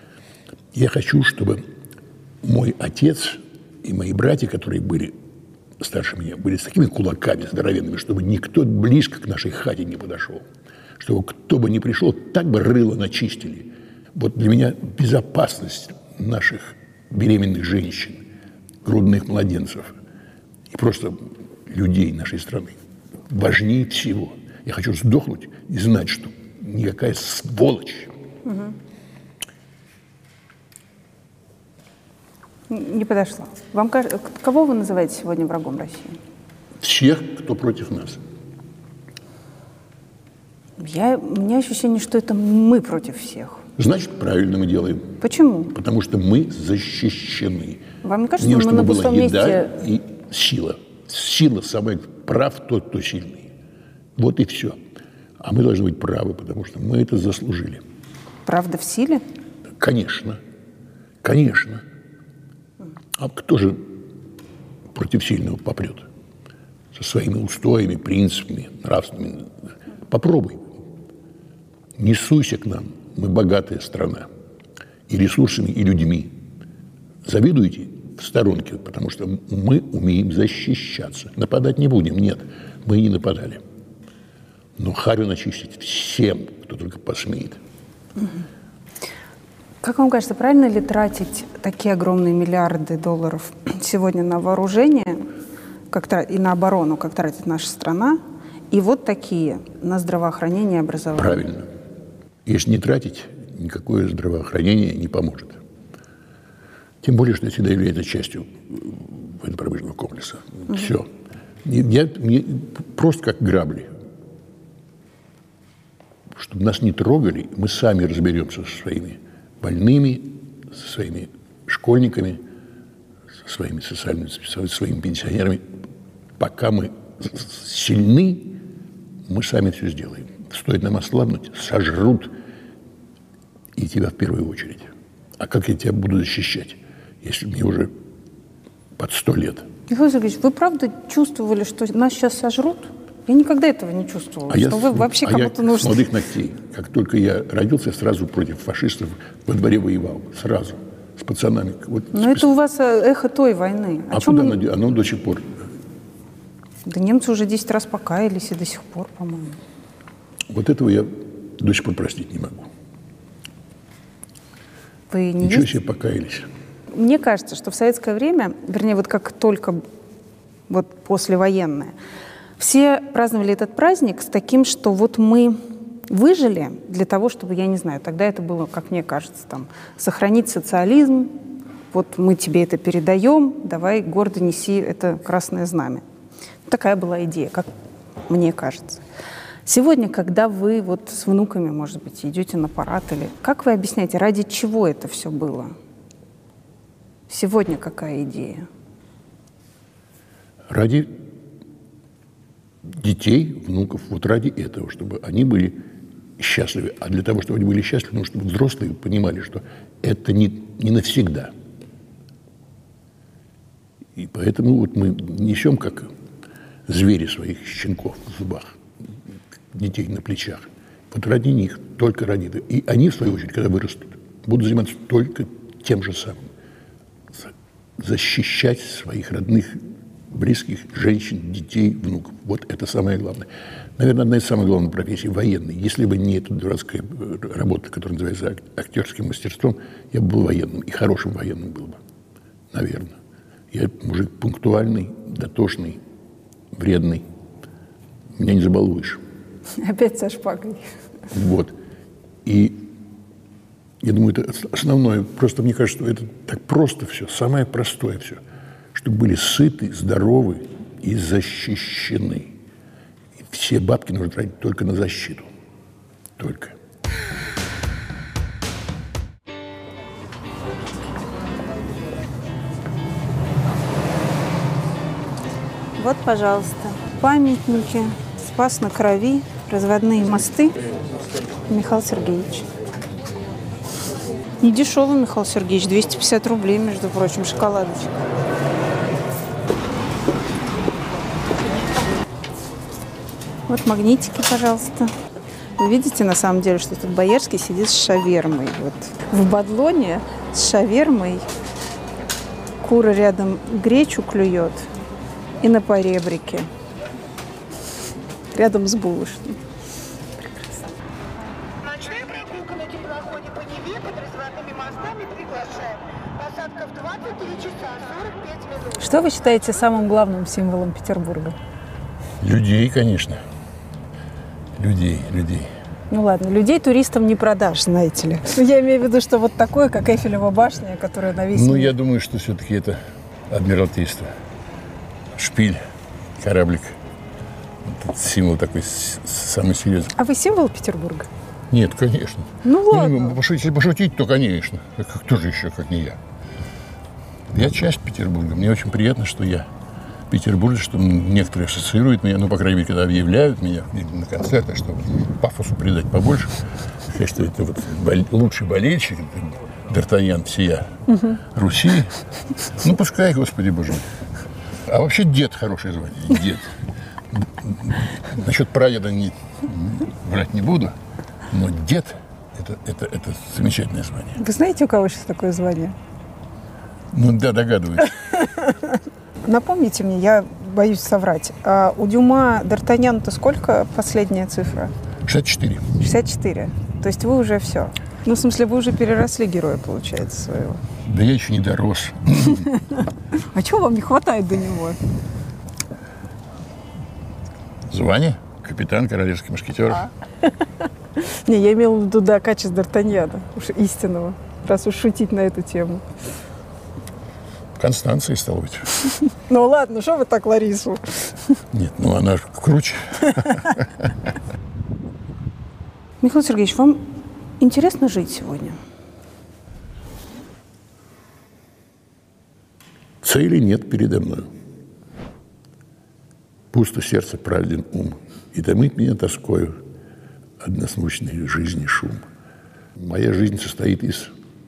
Я хочу, чтобы мой отец и мои братья, которые были старше меня, были с такими кулаками здоровенными, чтобы никто близко к нашей хате не подошел. Чтобы кто бы ни пришел, так бы рыло начистили. Вот для меня безопасность наших беременных женщин, грудных младенцев и просто людей нашей страны важнее всего. Я хочу сдохнуть и знать, что никакая сволочь. Не подошла. Кого вы называете сегодня врагом России? Всех, кто против нас. У меня ощущение, что это мы против всех. Значит, правильно мы делаем. Почему? Потому что мы защищены. Вам не кажется, что мы на пустом месте... еда и сила. Сила самая прав тот, кто сильный. Вот и все. А мы должны быть правы, потому что мы это заслужили. Правда в силе? Конечно. Конечно. А кто же против сильного попрет? Со своими устоями, принципами, нравственными. Попробуй. Не суйся к нам. Мы богатая страна. И ресурсами, и людьми. Завидуете в сторонке, потому что мы умеем защищаться. Нападать не будем. Нет, мы и не нападали. Но харю начистить всем, кто только посмеет. Как вам кажется, правильно ли тратить такие огромные миллиарды долларов сегодня на вооружение и на оборону, как тратит наша страна, и вот такие на здравоохранение и образование? Правильно. Если не тратить, никакое здравоохранение не поможет. Тем более, что это всегда является частью военно-промышленного комплекса. Все. Мне просто как грабли. Чтобы нас не трогали, мы сами разберемся со своими больными, со своими школьниками, со своими социальными, со своими пенсионерами. Пока мы сильны, мы сами все сделаем. Стоит нам ослабнуть, сожрут и тебя в первую очередь. А как я тебя буду защищать, если мне уже под 100 лет? Михаил Сергеевич, вы правда чувствовали, что нас сейчас сожрут? Я никогда этого не чувствовала. Вы вообще кому-то нужны. С молодых ногтей. Как только я родился, сразу против фашистов во дворе воевал. Сразу. С пацанами. Вот, но это у вас эхо той войны. А куда оно до сих пор? Да немцы уже 10 раз покаялись и до сих пор, по-моему. Вот этого я до сих пор простить не могу. Вы не Ничего себе покаялись. Мне кажется, что в советское время, вернее, вот как только вот послевоенное, все праздновали этот праздник с таким, что вот мы выжили для того, чтобы, я не знаю, тогда это было, как мне кажется, там, сохранить социализм, вот мы тебе это передаем, давай гордо неси это красное знамя. Такая была идея, как мне кажется. Сегодня, когда вы вот с внуками, может быть, идете на парад, или как вы объясняете, ради чего это все было? Сегодня какая идея? Ради детей, внуков, вот ради этого, чтобы они были счастливы. А для того, чтобы они были счастливы, нужно, чтобы взрослые понимали, что это не навсегда. И поэтому вот мы несем, как звери, своих щенков в зубах, детей на плечах. Вот ради них, только ради этого. И они, в свою очередь, когда вырастут, будут заниматься только тем же самым. Защищать своих родных, близких, женщин, детей, внуков. Вот это самое главное. Наверное, одна из самых главных профессий – военный. Если бы не эта дурацкая работа, которая называется актерским мастерством, я бы был военным. И хорошим военным был бы. Наверное. Я мужик пунктуальный, дотошный, вредный. Меня не забалуешь. Опять со шпагой. Вот. И я думаю, это основное. Просто мне кажется, что это так просто все, самое простое все. Чтобы были сыты, здоровы и защищены. И все бабки нужно тратить только на защиту. Только. Вот, пожалуйста, памятники, Спас на Крови, разводные мосты. Михаил Сергеевич. Не дешево, Михаил Сергеевич, 250 рублей, между прочим, шоколадочка. Вот магнитики, пожалуйста. Вы видите, на самом деле, что тут Боярский сидит с шавермой. Вот. В бадлоне с шавермой. Кура рядом гречу клюет. И на поребрике. Рядом с булочной. Прекрасно. Ночная прогулка на теплоходе по Неве под разводными мостами приглашаем. Посадка в 23 часа 45 минут. Что вы считаете самым главным символом Петербурга? Людей, конечно. Людей. Ну ладно, людей туристам не продашь, знаете ли. Я имею в виду, что вот такое, как Эйфелева башня, которая на весь мир. Ну, я думаю, что все-таки это Адмиралтейство. Шпиль, кораблик. Этот символ такой самый серьезный. А вы символ Петербурга? Нет, конечно. Ну ладно. Если пошутить, то конечно. Кто же еще, как не я? Я часть Петербурга. Мне очень приятно, что я петербуржец, что некоторые ассоциируют меня, ну, по крайней мере, когда объявляют меня на концертах, чтобы пафосу придать побольше. Сказать, что это вот лучший болельщик, Д'Артаньян всея Руси. Ну, пускай, Господи Боже мой. А вообще дед хорошее звание, дед. Насчет прадеда врать не буду, но дед это замечательное звание. Вы знаете, у кого сейчас такое звание? Ну да, догадываюсь. Напомните мне, я боюсь соврать. А у Дюма Д'Артаньян-то сколько последняя цифра? 64. 64. То есть вы уже все. Ну, в смысле, вы уже переросли героя, получается, своего. Да я еще не дорос. А чего вам не хватает до него? Звание? Капитан королевских мушкетеров. Не, я имела в виду, да, качество Д'Артаньяна, уж истинного, раз уж шутить на эту тему. Констанции, стало быть. Ну ладно, что вы так Ларису? Нет, ну она же круче. Михаил Сергеевич, вам интересно жить сегодня? Цели нет передо мной. Пусто сердце, праведен ум, и томит меня тоскою однозвучной жизни шум. Моя жизнь состоит из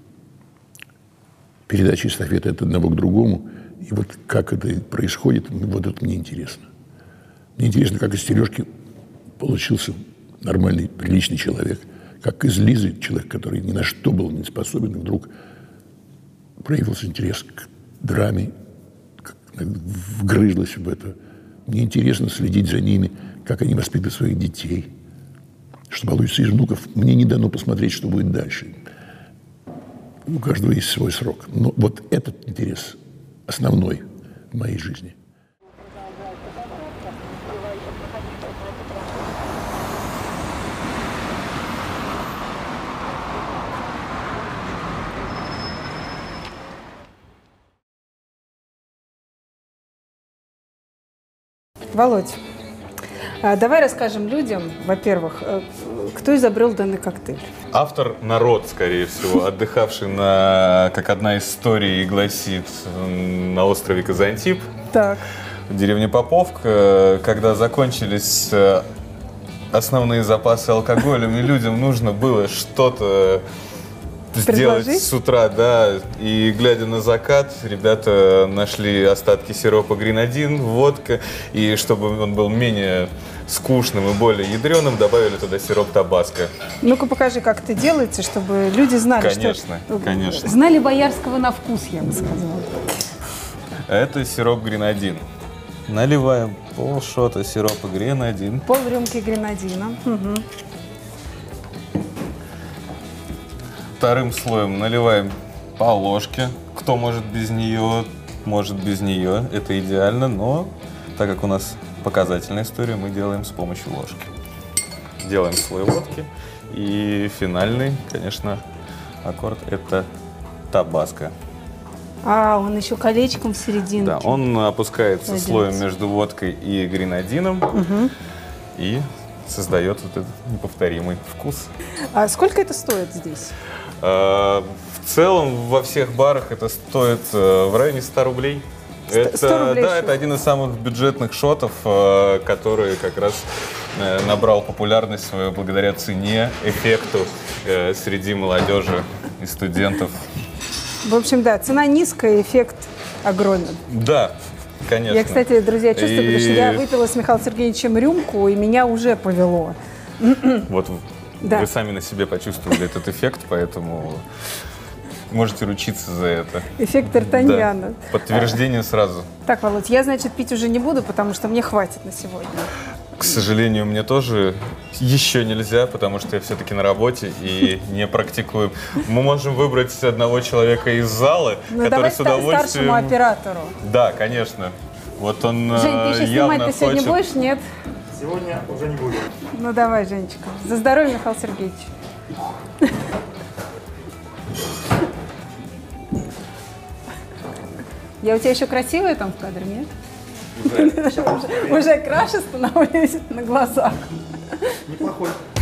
передачи эстафеты от одного к другому, и вот как это происходит, вот это мне интересно. Мне интересно, как из Сережки получился нормальный, приличный человек, как из Лизы, человек, который ни на что был не способен, и вдруг проявился интерес к драме, вгрызлась в это. Мне интересно следить за ними, как они воспитывают своих детей. Что получится из внуков, мне не дано посмотреть, что будет дальше. У каждого есть свой срок. Но вот этот интерес основной в моей жизни. Володь, давай расскажем людям, во-первых, кто изобрел данный коктейль. Автор – народ, скорее всего, отдыхавший на, как одна из историй гласит, на острове Казантип, Так. в деревне Поповка, когда закончились основные запасы алкоголем, и людям нужно было что-то сделать с утра, да, и глядя на закат, ребята нашли остатки сиропа гренадин, водка, и чтобы он был менее скучным и более ядреным, добавили туда сироп табаско. Ну-ка покажи, как это делается, чтобы люди знали, конечно, что... Конечно. Знали Боярского на вкус, я бы сказала. Это сироп гренадин. Наливаем полшота сиропа гренадин. Пол-рюмки гренадина. Угу. Вторым слоем наливаем по ложке. Кто может без нее, может без нее. Это идеально, но так как у нас показательная история, мы делаем с помощью ложки. Делаем слой водки. И финальный, конечно, аккорд – это табаско. А, он еще колечком в серединке. Да, он опускается Пойдёте. слоем между водкой и гренадином. Угу. И создает вот этот неповторимый вкус. А сколько это стоит здесь? В целом во всех барах это стоит в районе 100 рублей. 100 рублей да, шот. это один из самых бюджетных шотов, который как раз набрал популярность свою благодаря цене, эффекту среди молодежи и студентов. В общем, да, цена низкая, эффект огромен. Да, конечно. Я, кстати, друзья, чувствую, потому что я выпила с Михаилом Сергеевичем рюмку, и меня уже повело. Вот Да. вы сами на себе почувствовали этот эффект, поэтому можете ручиться за это. Эффект Д'Артаньяна. Да. Подтверждение сразу. Так, Володь, я, значит, пить уже не буду, потому что мне хватит на сегодня. К сожалению, мне тоже еще нельзя, потому что я все-таки на работе и не практикую. Мы можем выбрать одного человека из зала, Ну, который давай с удовольствием... старшему оператору. Да, конечно. Вот он Жень, ты еще явно снимать-то сегодня хочет. будешь? Нет? Сегодня уже не буду. Ну давай, Женечка. За здоровье, Михаил Сергеевич. Я у тебя еще красивая там в кадре, нет? Уже краше становлюсь на глазах. Неплохой.